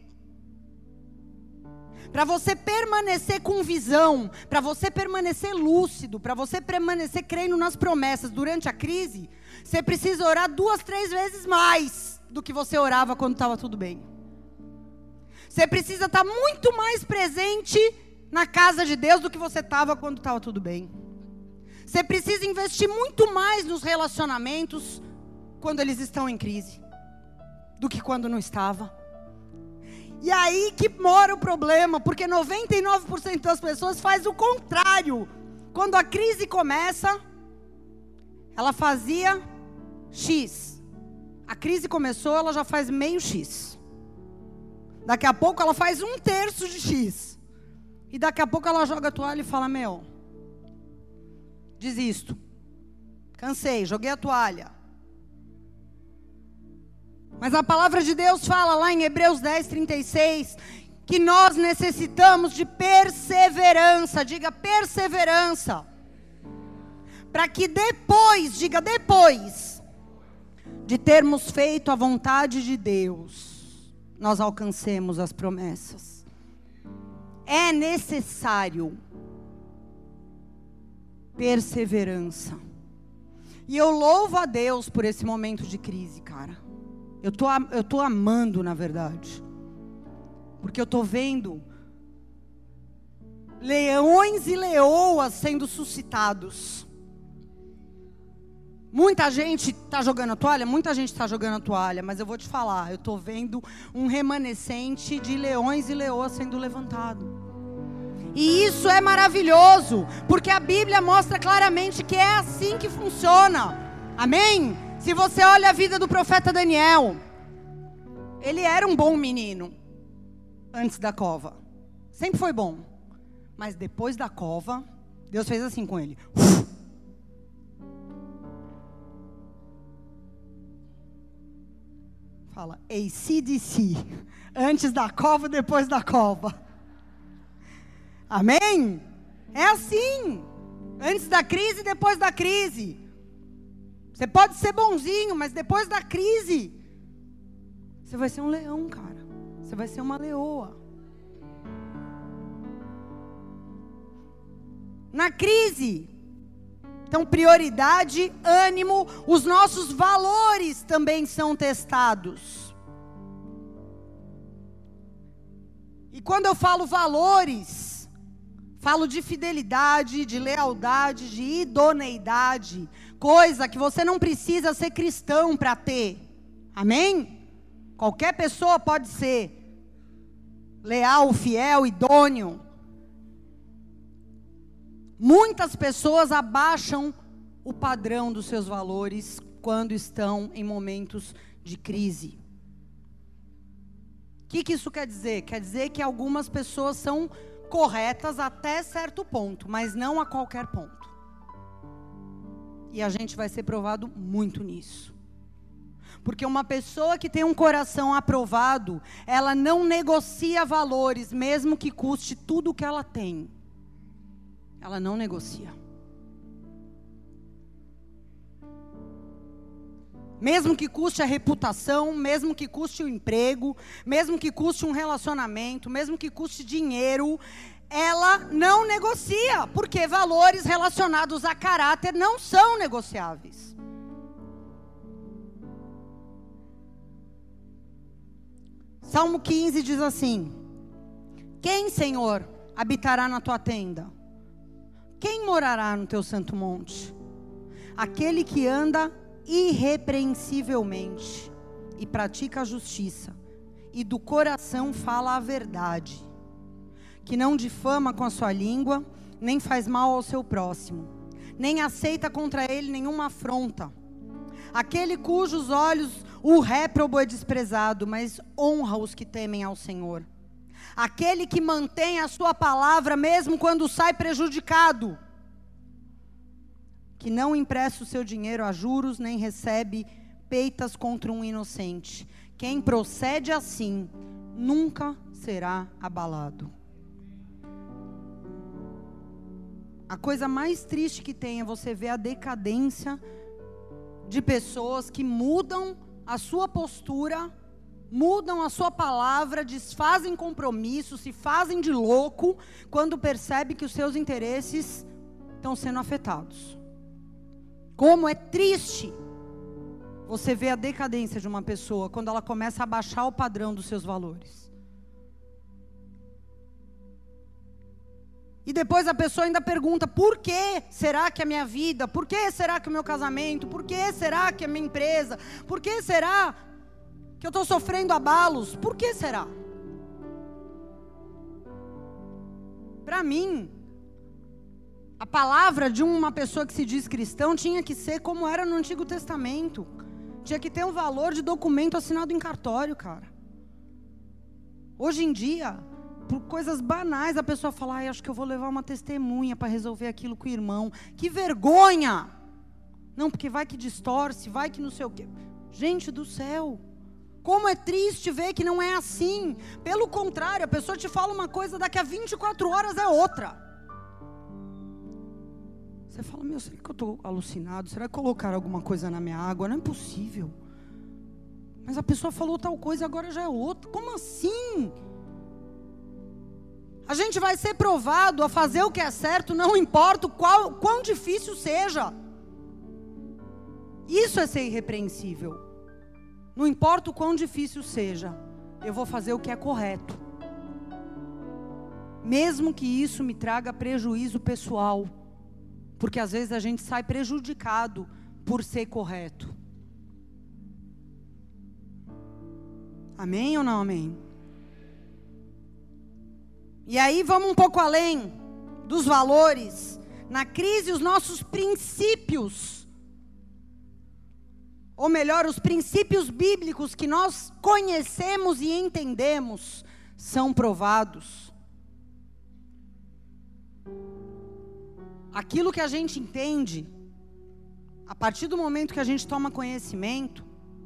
Para você permanecer com visão, para você permanecer lúcido, para você permanecer crendo nas promessas durante a crise, você precisa orar duas, três vezes mais do que você orava quando estava tudo bem. Você precisa estar muito mais presente na casa de Deus do que você estava quando estava tudo bem. Você precisa investir muito mais nos relacionamentos quando eles estão em crise do que quando não estava. E aí que mora o problema, porque noventa e nove por cento das pessoas faz o contrário. Quando a crise começa, ela fazia X. A crise começou, ela já faz meio X. Daqui a pouco ela faz um terço de X. E daqui a pouco ela joga a toalha e fala: meu, desisto. Cansei, joguei a toalha. Mas a palavra de Deus fala lá em Hebreus dez, trinta e seis, que nós necessitamos de perseverança. Diga perseverança. Para que depois, diga depois, de termos feito a vontade de Deus, nós alcancemos as promessas. É necessário perseverança. E eu louvo a Deus por esse momento de crise, cara. Eu tô, eu tô amando, na verdade. Porque eu tô vendo leões e leoas sendo suscitados. Muita gente está jogando a toalha, muita gente está jogando a toalha, mas eu vou te falar, eu tô vendo um remanescente de leões e leoas sendo levantado. E isso é maravilhoso, porque a Bíblia mostra claramente que é assim que funciona. Amém? Se você olha a vida do profeta Daniel, ele era um bom menino antes da cova. Sempre foi bom. Mas depois da cova, Deus fez assim com ele. Fala, A C D C. Antes da cova, depois da cova. Amém? É assim. Antes da crise, depois da crise. Você pode ser bonzinho, mas depois da crise, você vai ser um leão, cara. Você vai ser uma leoa. Na crise, Então, prioridade, ânimo, os nossos valores também são testados. E quando eu falo valores, falo de fidelidade, de lealdade, de idoneidade, coisa que você não precisa ser cristão para ter. Amém? Qualquer pessoa pode ser leal, fiel, idôneo. Muitas pessoas abaixam o padrão dos seus valores quando estão em momentos de crise. O que, que isso quer dizer? Quer dizer que algumas pessoas são corretas até certo ponto, mas não a qualquer ponto. E a gente vai ser provado muito nisso. Porque uma pessoa que tem um coração aprovado, ela não negocia valores, mesmo que custe tudo o que ela tem. Ela não negocia. Mesmo que custe a reputação, mesmo que custe o emprego, mesmo que custe um relacionamento, mesmo que custe dinheiro, ela não negocia, porque valores relacionados a caráter não são negociáveis. Salmo quinze diz assim: quem, Senhor, habitará na tua tenda? Quem morará no teu santo monte? Aquele que anda irrepreensivelmente e pratica a justiça, e do coração fala a verdade, que não difama com a sua língua, nem faz mal ao seu próximo, nem aceita contra ele nenhuma afronta. Aquele cujos olhos o réprobo é desprezado, mas honra os que temem ao Senhor. Aquele que mantém a sua palavra mesmo quando sai prejudicado, que não empresta o seu dinheiro a juros, nem recebe peitas contra um inocente. Quem procede assim, nunca será abalado. A coisa mais triste que tem é você ver a decadência de pessoas que mudam a sua postura, mudam a sua palavra, desfazem compromissos, se fazem de louco, quando percebe que os seus interesses estão sendo afetados. Como é triste você ver a decadência de uma pessoa quando ela começa a baixar o padrão dos seus valores. E depois a pessoa ainda pergunta: por que será que a minha vida, por que será que o meu casamento, por que será que a minha empresa, por que será que eu estou sofrendo abalos, por que será? Para mim, a palavra de uma pessoa que se diz cristão tinha que ser como era no Antigo Testamento. Tinha que ter um valor de documento assinado em cartório, cara. Hoje em dia, por coisas banais, a pessoa fala: ai, acho que eu vou levar uma testemunha para resolver aquilo com o irmão. Que vergonha! Não, porque vai que distorce, vai que não sei o quê. Gente do céu, como é triste ver que não é assim. Pelo contrário, a pessoa te fala uma coisa, daqui a vinte e quatro horas é outra. Você fala: meu, será que eu estou alucinado? Será que colocaram alguma coisa na minha água? Não é possível. Mas a pessoa falou tal coisa e agora já é outra. Como assim? A gente vai ser provado a fazer o que é certo, não importa o qual, quão difícil seja. Isso é ser irrepreensível. Não importa o quão difícil seja, eu vou fazer o que é correto. Mesmo que isso me traga prejuízo pessoal. Porque às vezes a gente sai prejudicado por ser correto. Amém ou não amém? E aí vamos um pouco além dos valores. Na crise, os nossos princípios, ou melhor, os princípios bíblicos que nós conhecemos e entendemos, são provados. Aquilo que a gente entende, a partir do momento que a gente toma conhecimento,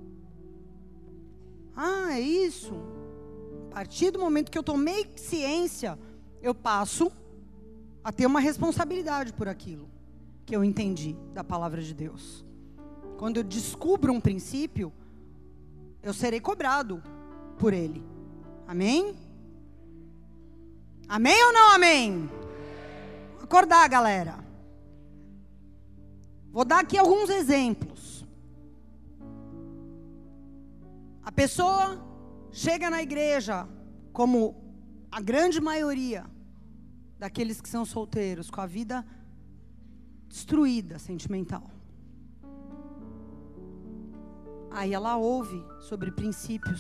ah, é isso. A partir do momento que eu tomei ciência, eu passo a ter uma responsabilidade por aquilo que eu entendi da palavra de Deus. Quando eu descubro um princípio, eu serei cobrado por ele. Amém? Amém ou não amém? Acordar, galera. Vou dar aqui alguns exemplos. A pessoa chega na igreja, como a grande maioria daqueles que são solteiros, com a vida destruída, sentimental. Aí ela ouve sobre princípios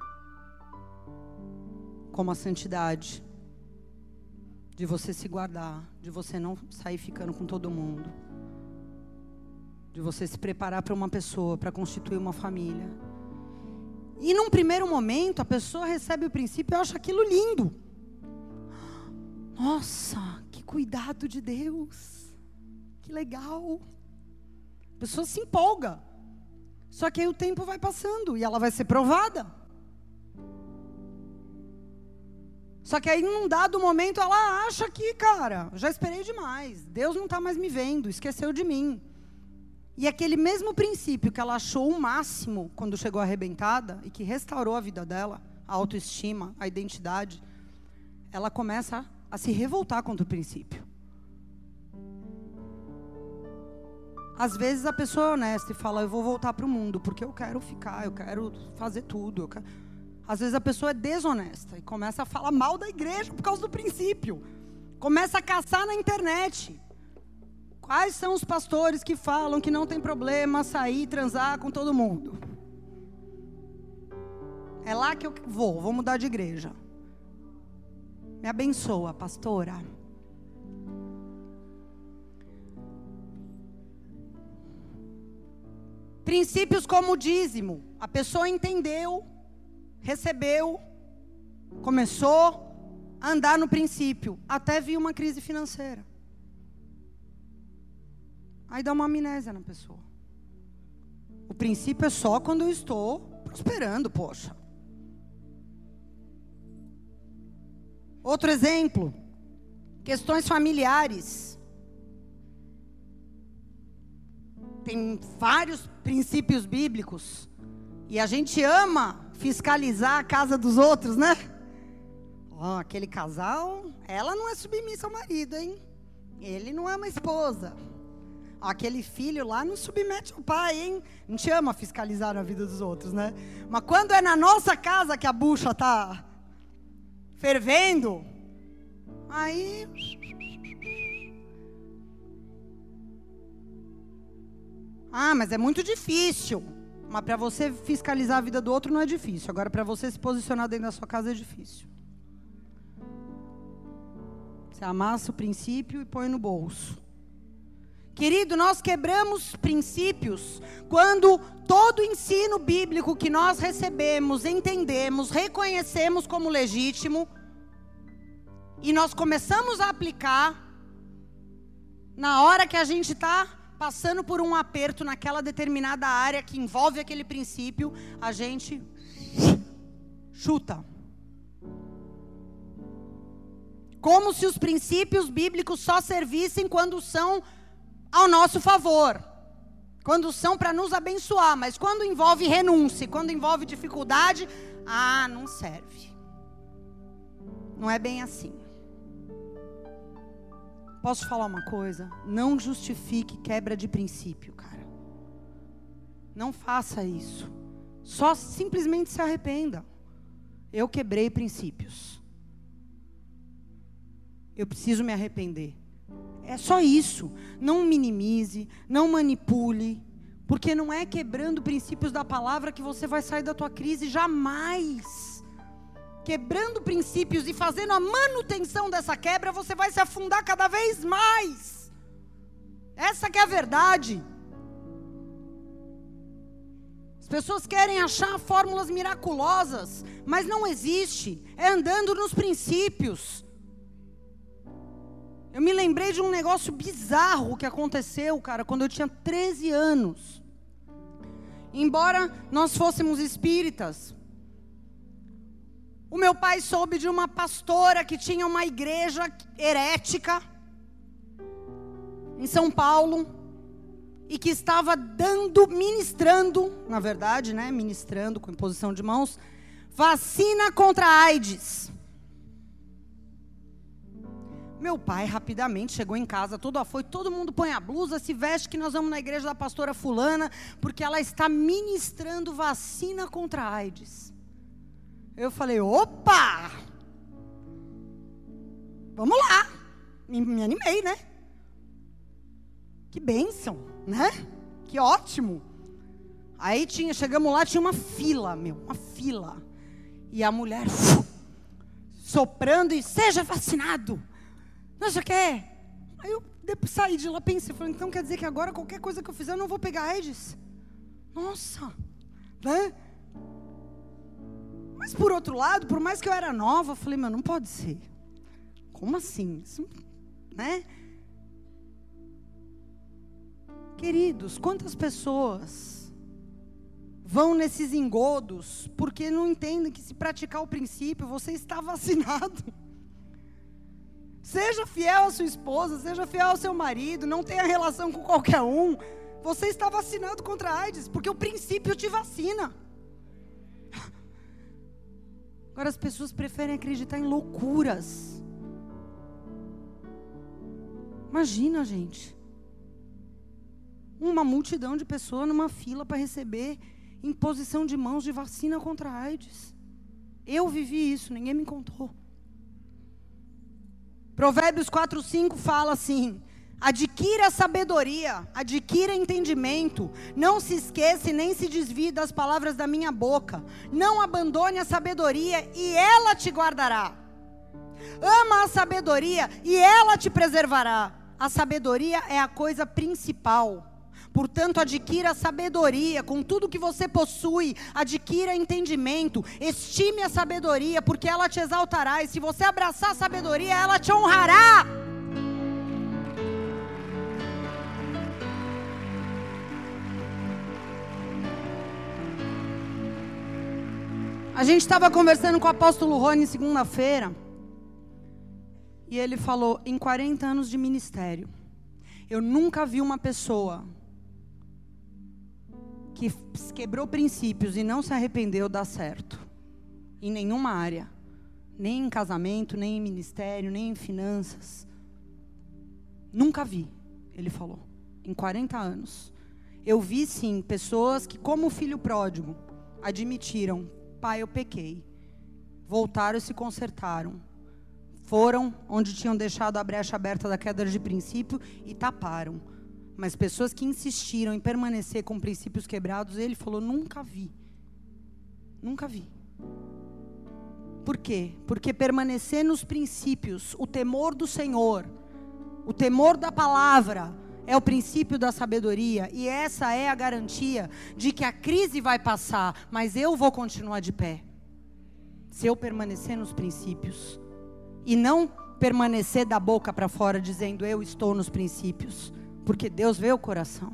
como a santidade, de você se guardar, de você não sair ficando com todo mundo, de você se preparar para uma pessoa, para constituir uma família. E num primeiro momento, a pessoa recebe o princípio e acha aquilo lindo. Nossa, que cuidado de Deus. Que legal. A pessoa se empolga. Só que aí o tempo vai passando e ela vai ser provada. Só que aí num dado momento ela acha que, cara, já esperei demais. Deus não está mais me vendo, esqueceu de mim. E aquele mesmo princípio que ela achou o máximo quando chegou arrebentada e que restaurou a vida dela, a autoestima, a identidade, ela começa a se revoltar contra o princípio. Às vezes a pessoa é honesta e fala, eu vou voltar para o mundo, porque eu quero ficar, eu quero fazer tudo. Eu quero... Às vezes a pessoa é desonesta e começa a falar mal da igreja por causa do princípio. Começa a caçar na internet. Quais são os pastores que falam que não tem problema sair e transar com todo mundo? É lá que eu vou, vou mudar de igreja. Me abençoa, pastora. Princípios como o dízimo. A pessoa entendeu, recebeu, começou a andar no princípio, até vir uma crise financeira. Aí dá uma amnésia na pessoa. O princípio é só quando eu estou prosperando, poxa. Outro exemplo, questões familiares. Tem vários princípios bíblicos. E a gente ama fiscalizar a casa dos outros, né? Ó, aquele casal, ela não é submissa ao marido, hein? Ele não ama a esposa. Aquele filho lá não submete ao pai, hein? A gente ama fiscalizar a vida dos outros, né? Mas quando é na nossa casa que a bucha está fervendo, aí... Ah, mas é muito difícil. Mas para você fiscalizar a vida do outro não é difícil. Agora, para você se posicionar dentro da sua casa é difícil. Você amassa o princípio e põe no bolso. Querido, nós quebramos princípios quando todo o ensino bíblico que nós recebemos, entendemos, reconhecemos como legítimo, e nós começamos a aplicar na hora que a gente está passando por um aperto naquela determinada área que envolve aquele princípio, a gente chuta. Como se os princípios bíblicos só servissem quando são ao nosso favor, quando são para nos abençoar, mas quando envolve renúncia, quando envolve dificuldade, ah, não serve. Não é bem assim. Posso falar uma coisa? Não justifique quebra de princípio, cara. Não faça isso. Só simplesmente se arrependa. Eu quebrei princípios. Eu preciso me arrepender. É só isso. Não minimize, não manipule, porque não é quebrando princípios da palavra que você vai sair da tua crise, jamais. Quebrando princípios e fazendo a manutenção dessa quebra, você vai se afundar cada vez mais. Essa que é a verdade. As pessoas querem achar fórmulas miraculosas, mas não existe. É andando nos princípios. Eu me lembrei de um negócio bizarro que aconteceu, cara, quando eu tinha treze anos. Embora nós fôssemos espíritas, o meu pai soube de uma pastora que tinha uma igreja herética em São Paulo e que estava dando, ministrando, na verdade, né, ministrando com imposição de mãos, vacina contra a AIDS. Meu pai rapidamente chegou em casa, todo afoito, todo mundo põe a blusa, se veste que nós vamos na igreja da pastora fulana, porque ela está ministrando vacina contra a AIDS. Eu falei, opa! Vamos lá! Me, me animei, né? Que bênção, né? Que ótimo! Aí tinha, chegamos lá, tinha uma fila, meu, uma fila. E a mulher uf, soprando e seja vacinado. Não sei o que. Aí eu depois saí de lá, pensei, falei, então quer dizer que agora qualquer coisa que eu fizer eu não vou pegar AIDS? Nossa, né? Mas por outro lado, por mais que eu era nova, eu falei, meu, não pode ser. Como assim? Isso, né? Queridos, quantas pessoas vão nesses engodos porque não entendem que se praticar o princípio, você está vacinado. Seja fiel à sua esposa, seja fiel ao seu marido, não tenha relação com qualquer um. Você está vacinado contra a AIDS, porque o princípio te vacina. Agora as pessoas preferem acreditar em loucuras. Imagina, gente. Uma multidão de pessoas numa fila para receber imposição de mãos de vacina contra a AIDS. Eu vivi isso, ninguém me contou. Provérbios quatro, cinco fala assim: adquira sabedoria, adquira entendimento, não se esqueça e nem se desvie das palavras da minha boca, não abandone a sabedoria e ela te guardará. Ama a sabedoria e ela te preservará. A sabedoria é a coisa principal. Portanto, adquira sabedoria com tudo que você possui, adquira entendimento, estime a sabedoria, porque ela te exaltará, e se você abraçar a sabedoria, ela te honrará. A gente estava conversando com o apóstolo Rony segunda-feira, e ele falou, em quarenta anos de ministério, eu nunca vi uma pessoa que quebrou princípios e não se arrependeu dar certo, em nenhuma área, nem em casamento, nem em ministério, nem em finanças. Nunca vi, ele falou, em quarenta anos. Eu vi sim, pessoas que como o filho pródigo, admitiram, pai, eu pequei, voltaram e se consertaram, foram onde tinham deixado a brecha aberta da queda de princípio e taparam. Mas pessoas que insistiram em permanecer com princípios quebrados, ele falou, nunca vi. Nunca vi. Por quê? Porque permanecer nos princípios, o temor do Senhor, o temor da palavra, é o princípio da sabedoria. E essa é a garantia de que a crise vai passar, mas eu vou continuar de pé. Se eu permanecer nos princípios. E não permanecer da boca para fora dizendo, eu estou nos princípios. Porque Deus vê o coração.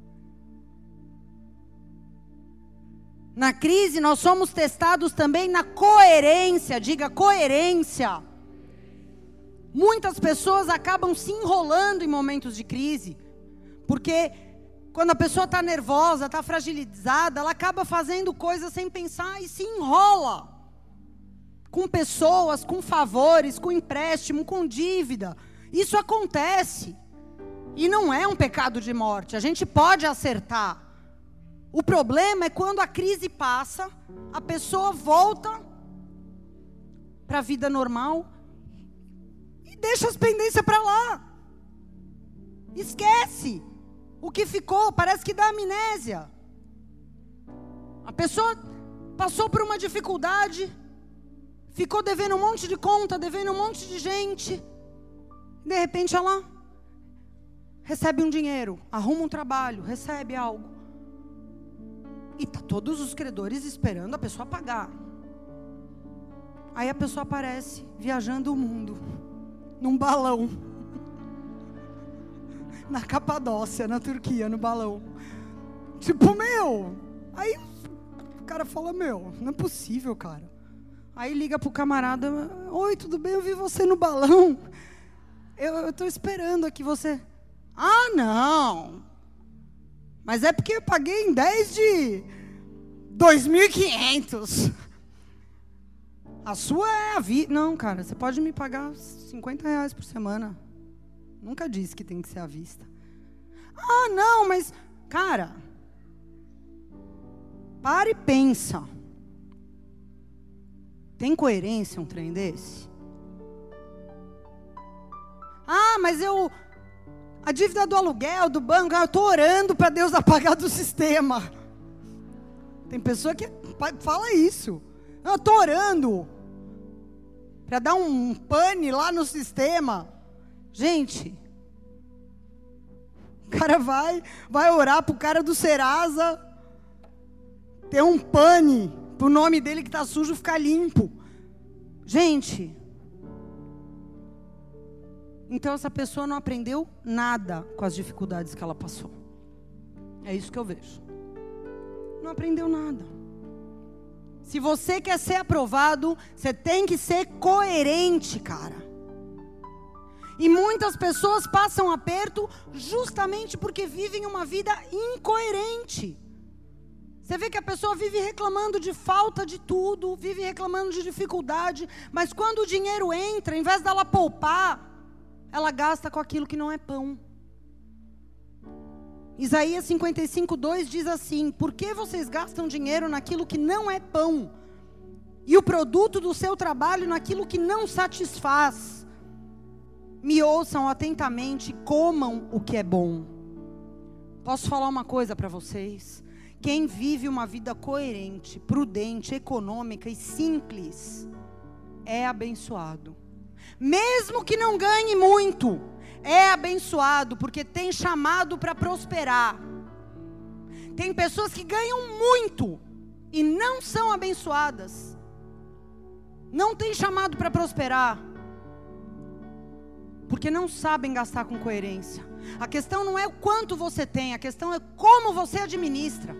Na crise nós somos testados também na coerência. Diga coerência. Muitas pessoas acabam se enrolando em momentos de crise. Porque quando a pessoa está nervosa, está fragilizada, ela acaba fazendo coisas sem pensar e se enrola. Com pessoas, com favores, com empréstimo, com dívida. Isso acontece. E não é um pecado de morte, a gente pode acertar. O problema é quando a crise passa, a pessoa volta para a vida normal e deixa as pendências para lá. Esquece o que ficou, parece que dá amnésia. A pessoa passou por uma dificuldade, ficou devendo um monte de conta, devendo um monte de gente. De repente ela recebe um dinheiro, arruma um trabalho, recebe algo. E tá todos os credores esperando a pessoa pagar. Aí a pessoa aparece viajando o mundo, num balão. Na Capadócia, na Turquia, no balão. Tipo, meu. Aí o cara fala, meu, não é possível, cara. Aí liga pro camarada, oi, tudo bem? Eu vi você no balão. Eu, eu tô esperando aqui você... Ah, não. Mas é porque eu paguei em dez de dois mil e quinhentos. A sua é a vida. Não, cara, você pode me pagar cinquenta reais por semana. Nunca disse que tem que ser à vista. Ah, não, mas, cara, para e pensa. Tem coerência um trem desse? Ah, mas eu... A dívida do aluguel, do banco, eu estou orando para Deus apagar do sistema. Tem pessoa que fala isso. Eu estou orando para dar um pane lá no sistema. Gente, o cara vai, vai orar para o cara do Serasa ter um pane, para o nome dele que está sujo ficar limpo. Gente, então essa pessoa não aprendeu nada com as dificuldades que ela passou. É isso que eu vejo. Não aprendeu nada. Se você quer ser aprovado, você tem que ser coerente, cara. E muitas pessoas passam aperto justamente porque vivem uma vida incoerente. Você vê que a pessoa vive reclamando de falta de tudo, vive reclamando de dificuldade, mas quando o dinheiro entra, em vez dela poupar, ela gasta com aquilo que não é pão. Isaías cinquenta e cinco, dois diz assim: por que vocês gastam dinheiro naquilo que não é pão? E o produto do seu trabalho naquilo que não satisfaz? Me ouçam atentamente, comam o que é bom. Posso falar uma coisa para vocês? Quem vive uma vida coerente, prudente, econômica e simples, é abençoado. Mesmo que não ganhe muito, é abençoado, porque tem chamado para prosperar. Tem pessoas que ganham muito e não são abençoadas. Não tem chamado para prosperar, porque não sabem gastar com coerência. A questão não é o quanto você tem, a questão é como você administra.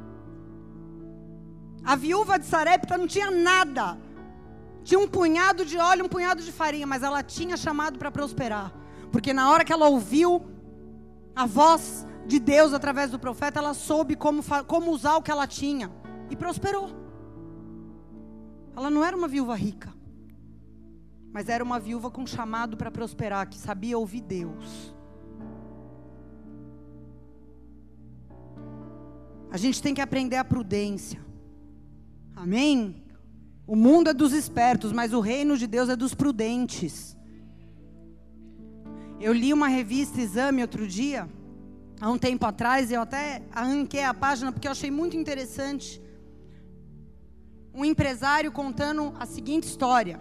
A viúva de Sarepta não tinha nada. Tinha um punhado de óleo, um punhado de farinha, mas ela tinha chamado para prosperar. Porque na hora que ela ouviu a voz de Deus através do profeta, ela soube como, como usar o que ela tinha. E prosperou. Ela não era uma viúva rica, mas era uma viúva com chamado para prosperar, que sabia ouvir Deus. A gente tem que aprender a prudência. Amém? O mundo é dos espertos, mas o reino de Deus é dos prudentes. Eu li uma revista Exame outro dia, há um tempo atrás, eu até arranquei a página porque eu achei muito interessante. Um empresário contando a seguinte história.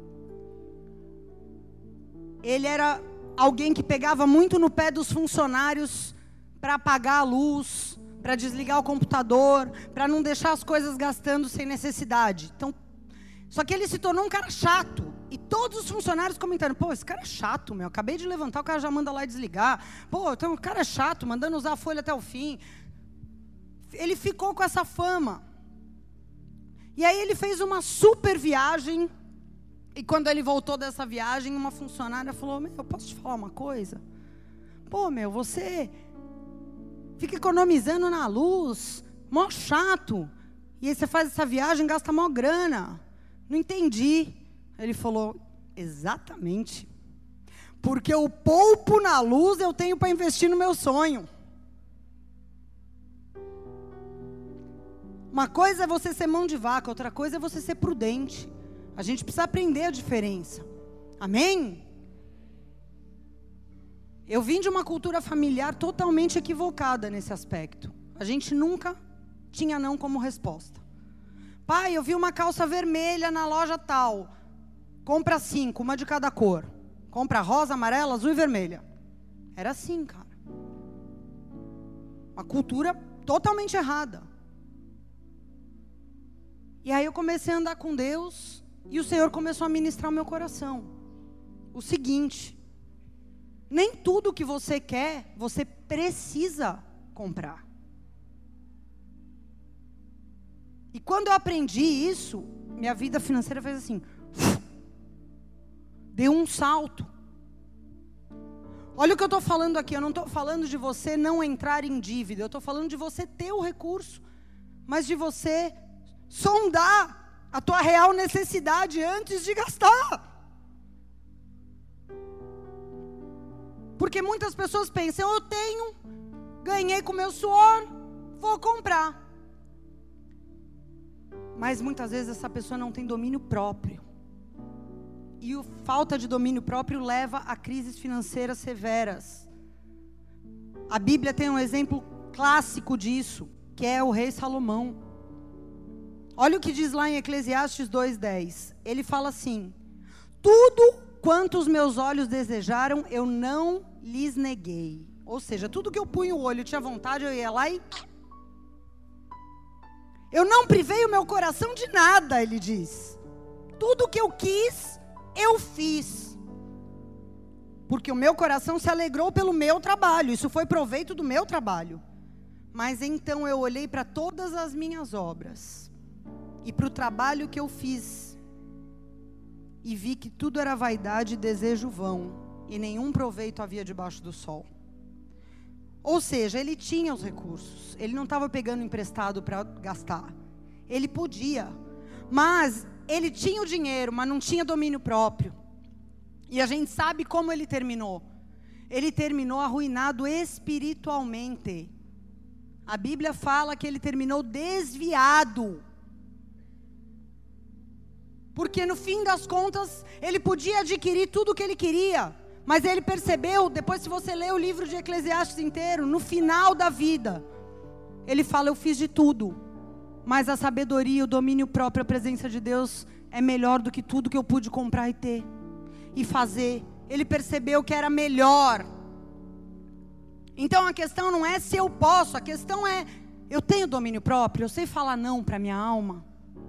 Ele era alguém que pegava muito no pé dos funcionários para apagar a luz, para desligar o computador, para não deixar as coisas gastando sem necessidade. Então, só que ele se tornou um cara chato. E todos os funcionários comentando: pô, esse cara é chato, meu. Acabei de levantar, o cara já manda lá desligar. Pô, então o cara é chato, mandando usar a folha até o fim. Ele ficou com essa fama. E aí ele fez uma super viagem. E quando ele voltou dessa viagem, uma funcionária falou: meu, eu posso te falar uma coisa? Pô, meu, você fica economizando na luz, mó chato. E aí você faz essa viagem, gasta mó grana. Não entendi. Ele falou: exatamente. Porque eu poupo na luz, eu tenho para investir no meu sonho. Uma coisa é você ser mão de vaca, outra coisa é você ser prudente. A gente precisa aprender a diferença. Amém? Eu vim de uma cultura familiar totalmente equivocada nesse aspecto. A gente nunca tinha não como resposta. Pai, eu vi uma calça vermelha na loja tal. Compra cinco, uma de cada cor. Compra rosa, amarela, azul e vermelha. Era assim, cara. Uma cultura totalmente errada. E aí eu comecei a andar com Deus. E o Senhor começou a ministrar o meu coração. O seguinte: nem tudo que você quer, você precisa comprar. E quando eu aprendi isso, minha vida financeira fez assim. Deu um salto. Olha o que eu estou falando aqui. Eu não estou falando de você não entrar em dívida. Eu estou falando de você ter o recurso. Mas de você sondar a tua real necessidade antes de gastar. Porque muitas pessoas pensam, eu tenho, ganhei com meu suor, vou comprar. Mas muitas vezes essa pessoa não tem domínio próprio. E a falta de domínio próprio leva a crises financeiras severas. A Bíblia tem um exemplo clássico disso, que é o rei Salomão. Olha o que diz lá em Eclesiastes dois, dez. Ele fala assim: tudo quanto os meus olhos desejaram, eu não lhes neguei. Ou seja, tudo que eu punho o olho, tinha vontade, eu ia lá e... eu não privei o meu coração de nada, ele diz. Tudo que eu quis, eu fiz. Porque o meu coração se alegrou pelo meu trabalho. Isso foi proveito do meu trabalho. Mas então eu olhei para todas as minhas obras. E para o trabalho que eu fiz. E vi que tudo era vaidade e desejo vão. E nenhum proveito havia debaixo do sol. Ou seja, ele tinha os recursos. Ele não estava pegando emprestado para gastar. Ele podia. Mas ele tinha o dinheiro, mas não tinha domínio próprio. E a gente sabe como ele terminou. Ele terminou arruinado espiritualmente. A Bíblia fala que ele terminou desviado. Porque no fim das contas, ele podia adquirir tudo o que ele queria. Mas ele percebeu, depois se você ler o livro de Eclesiastes inteiro, no final da vida, ele fala, eu fiz de tudo. Mas a sabedoria, o domínio próprio, a presença de Deus é melhor do que tudo que eu pude comprar e ter. E fazer. Ele percebeu que era melhor. Então a questão não é se eu posso, a questão é, eu tenho domínio próprio, eu sei falar não para minha alma.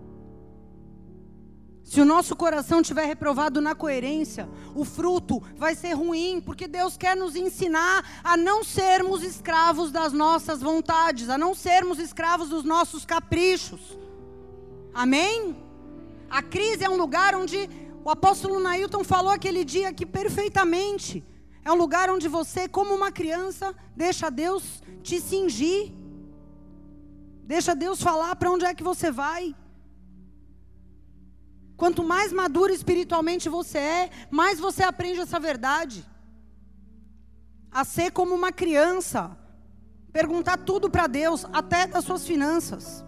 Se o nosso coração estiver reprovado na coerência, o fruto vai ser ruim, porque Deus quer nos ensinar a não sermos escravos das nossas vontades, a não sermos escravos dos nossos caprichos. Amém? A crise é um lugar onde o apóstolo Nailton falou aquele dia aqui perfeitamente. É um lugar onde você, como uma criança, deixa Deus te cingir. Deixa Deus falar para onde é que você vai. Quanto mais maduro espiritualmente você é, mais você aprende essa verdade. A ser como uma criança. Perguntar tudo para Deus, até das suas finanças.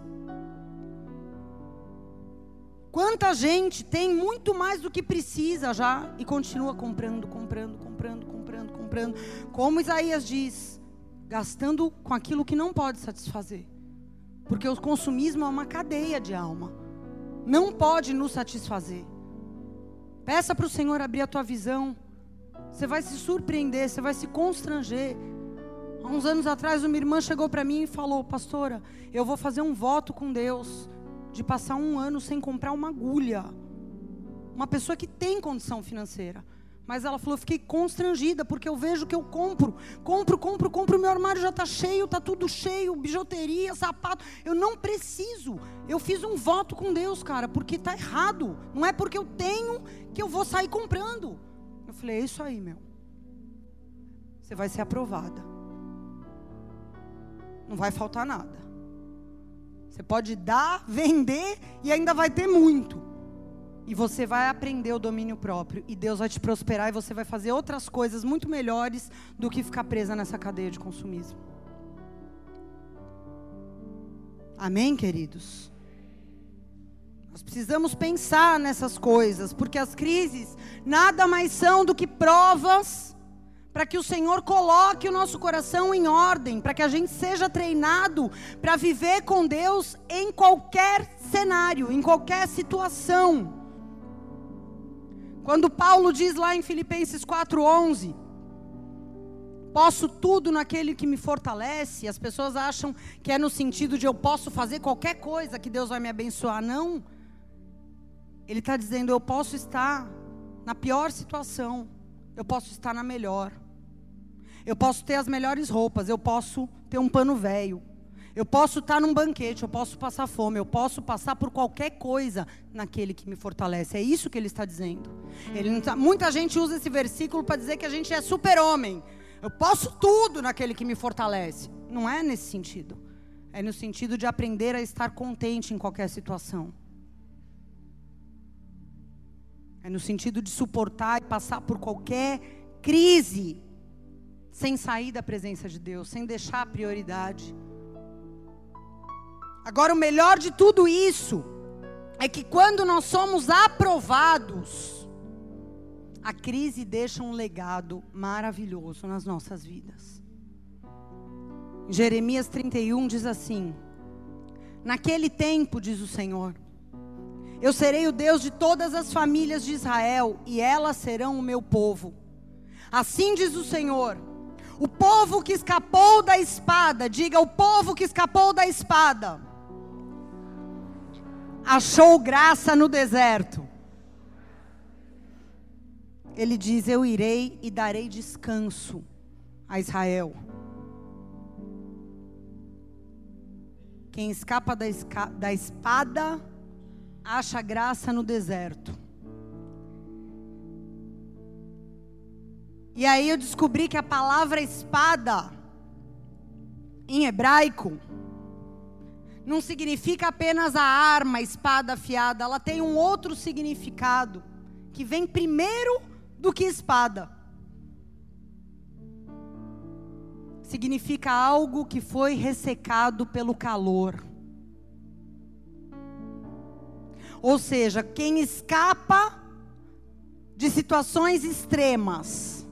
Quanta gente tem muito mais do que precisa já e continua comprando, comprando, comprando, comprando, comprando. Como Isaías diz, gastando com aquilo que não pode satisfazer. Porque o consumismo é uma cadeia de alma. Não pode nos satisfazer. Peça para o Senhor abrir a tua visão. Você vai se surpreender, você vai se constranger. Há uns anos atrás uma irmã chegou para mim e falou, pastora, eu vou fazer um voto com Deus de passar um ano sem comprar uma agulha. Uma pessoa que tem condição financeira. Mas ela falou, eu fiquei constrangida, porque eu vejo que eu compro, compro, compro, compro, meu armário já está cheio, está tudo cheio, bijuteria, sapato, eu não preciso. Eu fiz um voto com Deus, cara, porque está errado, não é porque eu tenho que eu vou sair comprando. Eu falei, é isso aí, meu. Você vai ser aprovada. Não vai faltar nada. Você pode dar, vender e ainda vai ter muito. E você vai aprender o domínio próprio. E Deus vai te prosperar e você vai fazer outras coisas muito melhores do que ficar presa nessa cadeia de consumismo. Amém, queridos? Nós precisamos pensar nessas coisas. Porque as crises nada mais são do que provas para que o Senhor coloque o nosso coração em ordem. Para que a gente seja treinado para viver com Deus em qualquer cenário, em qualquer situação. Quando Paulo diz lá em Filipenses quatro, onze, posso tudo naquele que me fortalece, as pessoas acham que é no sentido de eu posso fazer qualquer coisa que Deus vai me abençoar. Não. Ele está dizendo, eu posso estar na pior situação, eu posso estar na melhor. Eu posso ter as melhores roupas, eu posso ter um pano velho. Eu posso estar num banquete, eu posso passar fome, eu posso passar por qualquer coisa naquele que me fortalece. É isso que ele está dizendo. Ele não tá, muita gente usa esse versículo para dizer que a gente é super-homem. Eu posso tudo naquele que me fortalece. Não é nesse sentido. É no sentido de aprender a estar contente em qualquer situação. É no sentido de suportar e passar por qualquer crise sem sair da presença de Deus, sem deixar a prioridade. Agora, o melhor de tudo isso é que quando nós somos aprovados, a crise deixa um legado maravilhoso nas nossas vidas. Jeremias trinta e um diz assim: naquele tempo, diz o Senhor, eu serei o Deus de todas as famílias de Israel, e elas serão o meu povo. Assim diz o Senhor, o povo que escapou da espada, diga, o povo que escapou da espada, achou graça no deserto. Ele diz, eu irei e darei descanso a Israel. Quem escapa da, esca da espada, acha graça no deserto. E aí eu descobri que a palavra espada, em hebraico, não significa apenas a arma, a espada afiada. Ela tem um outro significado, que vem primeiro do que espada. Significa algo que foi ressecado pelo calor. Ou seja, quem escapa de situações extremas,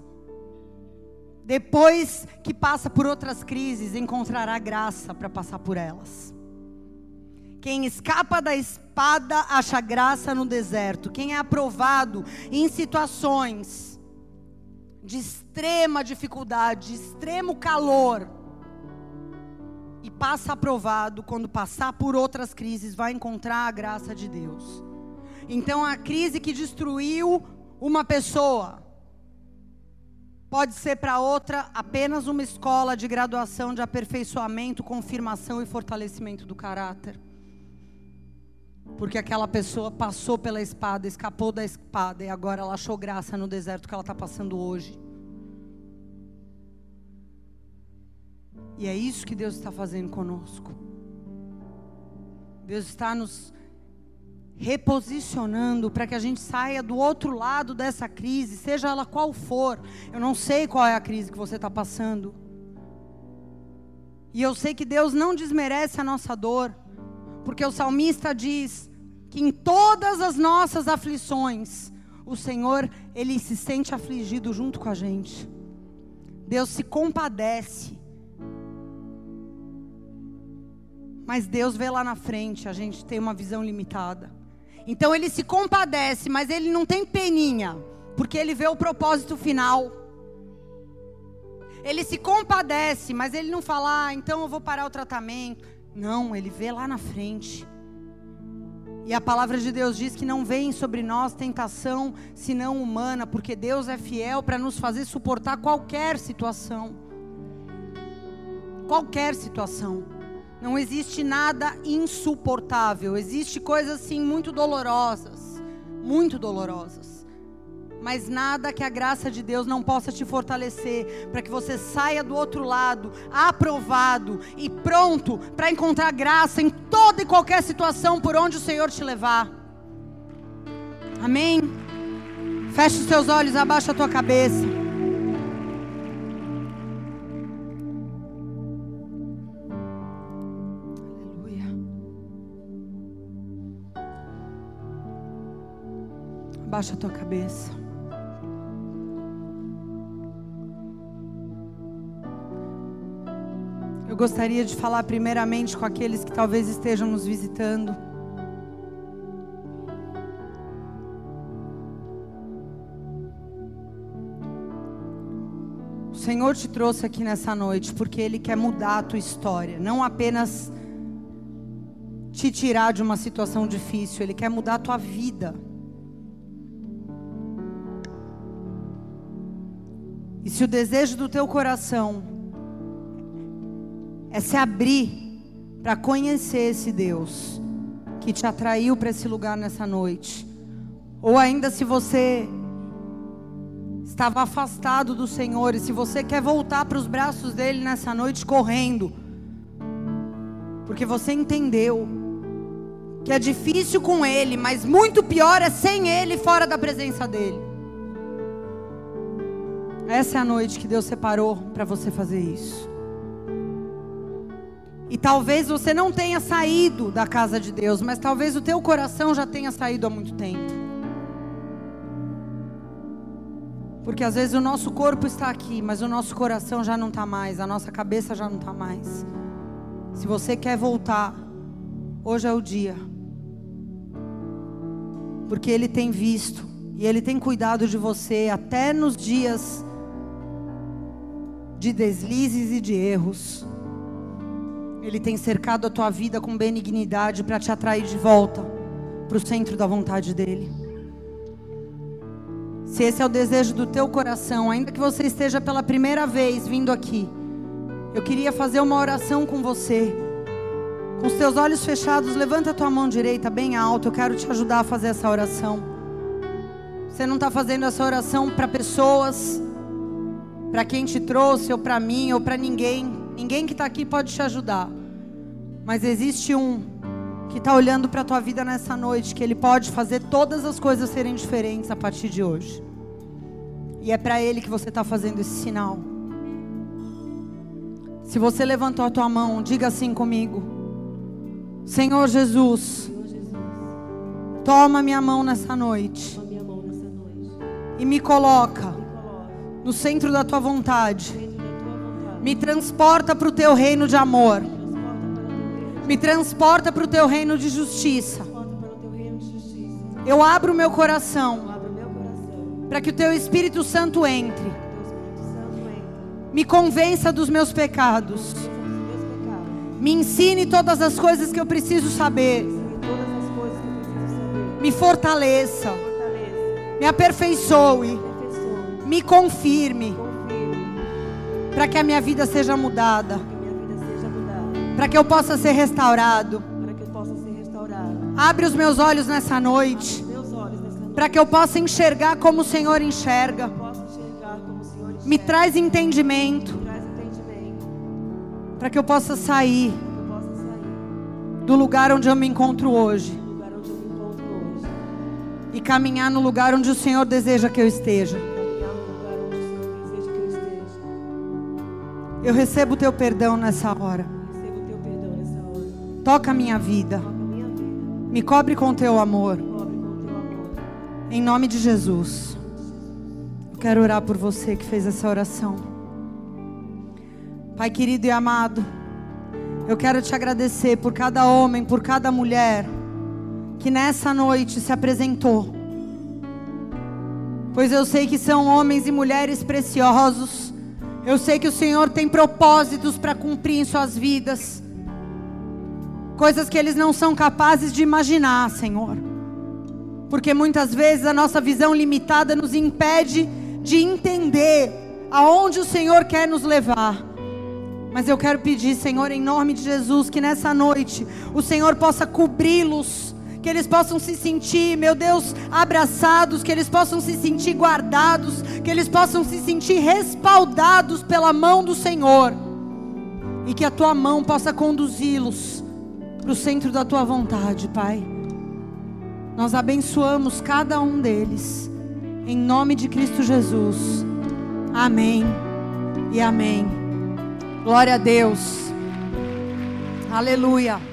depois que passa por outras crises, encontrará graça para passar por elas. Quem escapa da espada acha graça no deserto. Quem é aprovado em situações de extrema dificuldade, de extremo calor, e passa aprovado, quando passar por outras crises, vai encontrar a graça de Deus. Então a crise que destruiu uma pessoa, pode ser para outra apenas uma escola de graduação, de aperfeiçoamento, confirmação e fortalecimento do caráter. Porque aquela pessoa passou pela espada, escapou da espada, e agora ela achou graça no deserto que ela está passando hoje. E é isso que Deus está fazendo conosco. Deus está nos reposicionando para que a gente saia do outro lado dessa crise, seja ela qual for. Eu não sei qual é a crise que você está passando. E eu sei que Deus não desmerece a nossa dor, porque o salmista diz que em todas as nossas aflições, o Senhor, Ele se sente afligido junto com a gente. Deus se compadece. Mas Deus vê lá na frente, a gente tem uma visão limitada. Então Ele se compadece, mas Ele não tem peninha, porque Ele vê o propósito final. Ele se compadece, mas Ele não fala, ah, então eu vou parar o tratamento. Não, Ele vê lá na frente. E a palavra de Deus diz que não vem sobre nós tentação, senão humana, porque Deus é fiel para nos fazer suportar qualquer situação. Qualquer situação. Não existe nada insuportável. Existe coisas sim muito dolorosas, muito dolorosas. Mas nada que a graça de Deus não possa te fortalecer, para que você saia do outro lado, aprovado e pronto para encontrar graça em toda e qualquer situação por onde o Senhor te levar. Amém? Feche os seus olhos, abaixa a tua cabeça. Abaixa a tua cabeça. Eu gostaria de falar primeiramente com aqueles que talvez estejam nos visitando. O Senhor te trouxe aqui nessa noite porque Ele quer mudar a tua história. Não apenas te tirar de uma situação difícil, Ele quer mudar a tua vida. E se o desejo do teu coração é se abrir para conhecer esse Deus que te atraiu para esse lugar nessa noite, ou ainda se você estava afastado do Senhor e se você quer voltar para os braços dele nessa noite correndo, porque você entendeu que é difícil com Ele, mas muito pior é sem Ele, fora da presença dEle. Essa é a noite que Deus separou para você fazer isso. E talvez você não tenha saído da casa de Deus, mas talvez o teu coração já tenha saído há muito tempo. Porque às vezes o nosso corpo está aqui, mas o nosso coração já não está mais, a nossa cabeça já não está mais. Se você quer voltar, hoje é o dia. Porque Ele tem visto e Ele tem cuidado de você até nos dias de deslizes e de erros. Ele tem cercado a tua vida com benignidade para te atrair de volta para o centro da vontade dEle. Se esse é o desejo do teu coração, ainda que você esteja pela primeira vez vindo aqui, eu queria fazer uma oração com você. Com os teus olhos fechados, levanta a tua mão direita bem alto. Eu quero te ajudar a fazer essa oração. Você não está fazendo essa oração para pessoas, para quem te trouxe, ou para mim, ou para ninguém. Ninguém que está aqui pode te ajudar. Mas existe um que está olhando para a tua vida nessa noite, que Ele pode fazer todas as coisas serem diferentes a partir de hoje. E é para Ele que você está fazendo esse sinal. Se você levantou a tua mão, diga assim comigo: Senhor Jesus, toma minha mão nessa noite e me coloca no centro da tua vontade. Me transporta para o teu reino de amor. Me transporta para o teu reino de justiça. Eu abro o meu coração para que o teu Espírito Santo entre. Me convença dos meus pecados. Me ensine todas as coisas que eu preciso saber. Me fortaleça. Me aperfeiçoe. Me confirme. Para que a minha vida seja mudada. Para que eu possa ser restaurado. Abre os meus olhos nessa noite. Para que eu possa enxergar como o Senhor enxerga. Me traz entendimento. Para que eu possa sair do lugar onde eu me encontro hoje. E caminhar no lugar onde o Senhor deseja que eu esteja. Eu recebo o teu perdão nessa hora. Toca a minha vida. Me cobre com teu amor. Em nome de Jesus. Eu quero orar por você que fez essa oração. Pai querido e amado, eu quero te agradecer por cada homem, por cada mulher que nessa noite se apresentou. Pois eu sei que são homens e mulheres preciosos. Eu sei que o Senhor tem propósitos para cumprir em suas vidas. Coisas que eles não são capazes de imaginar, Senhor. Porque muitas vezes a nossa visão limitada nos impede de entender aonde o Senhor quer nos levar. Mas eu quero pedir, Senhor, em nome de Jesus, que nessa noite o Senhor possa cobri-los. Que eles possam se sentir, meu Deus, abraçados. Que eles possam se sentir guardados. Que eles possam se sentir respaldados pela mão do Senhor. E que a tua mão possa conduzi-los para o centro da tua vontade, Pai. Nós abençoamos cada um deles. Em nome de Cristo Jesus. Amém e amém. Glória a Deus. Aleluia.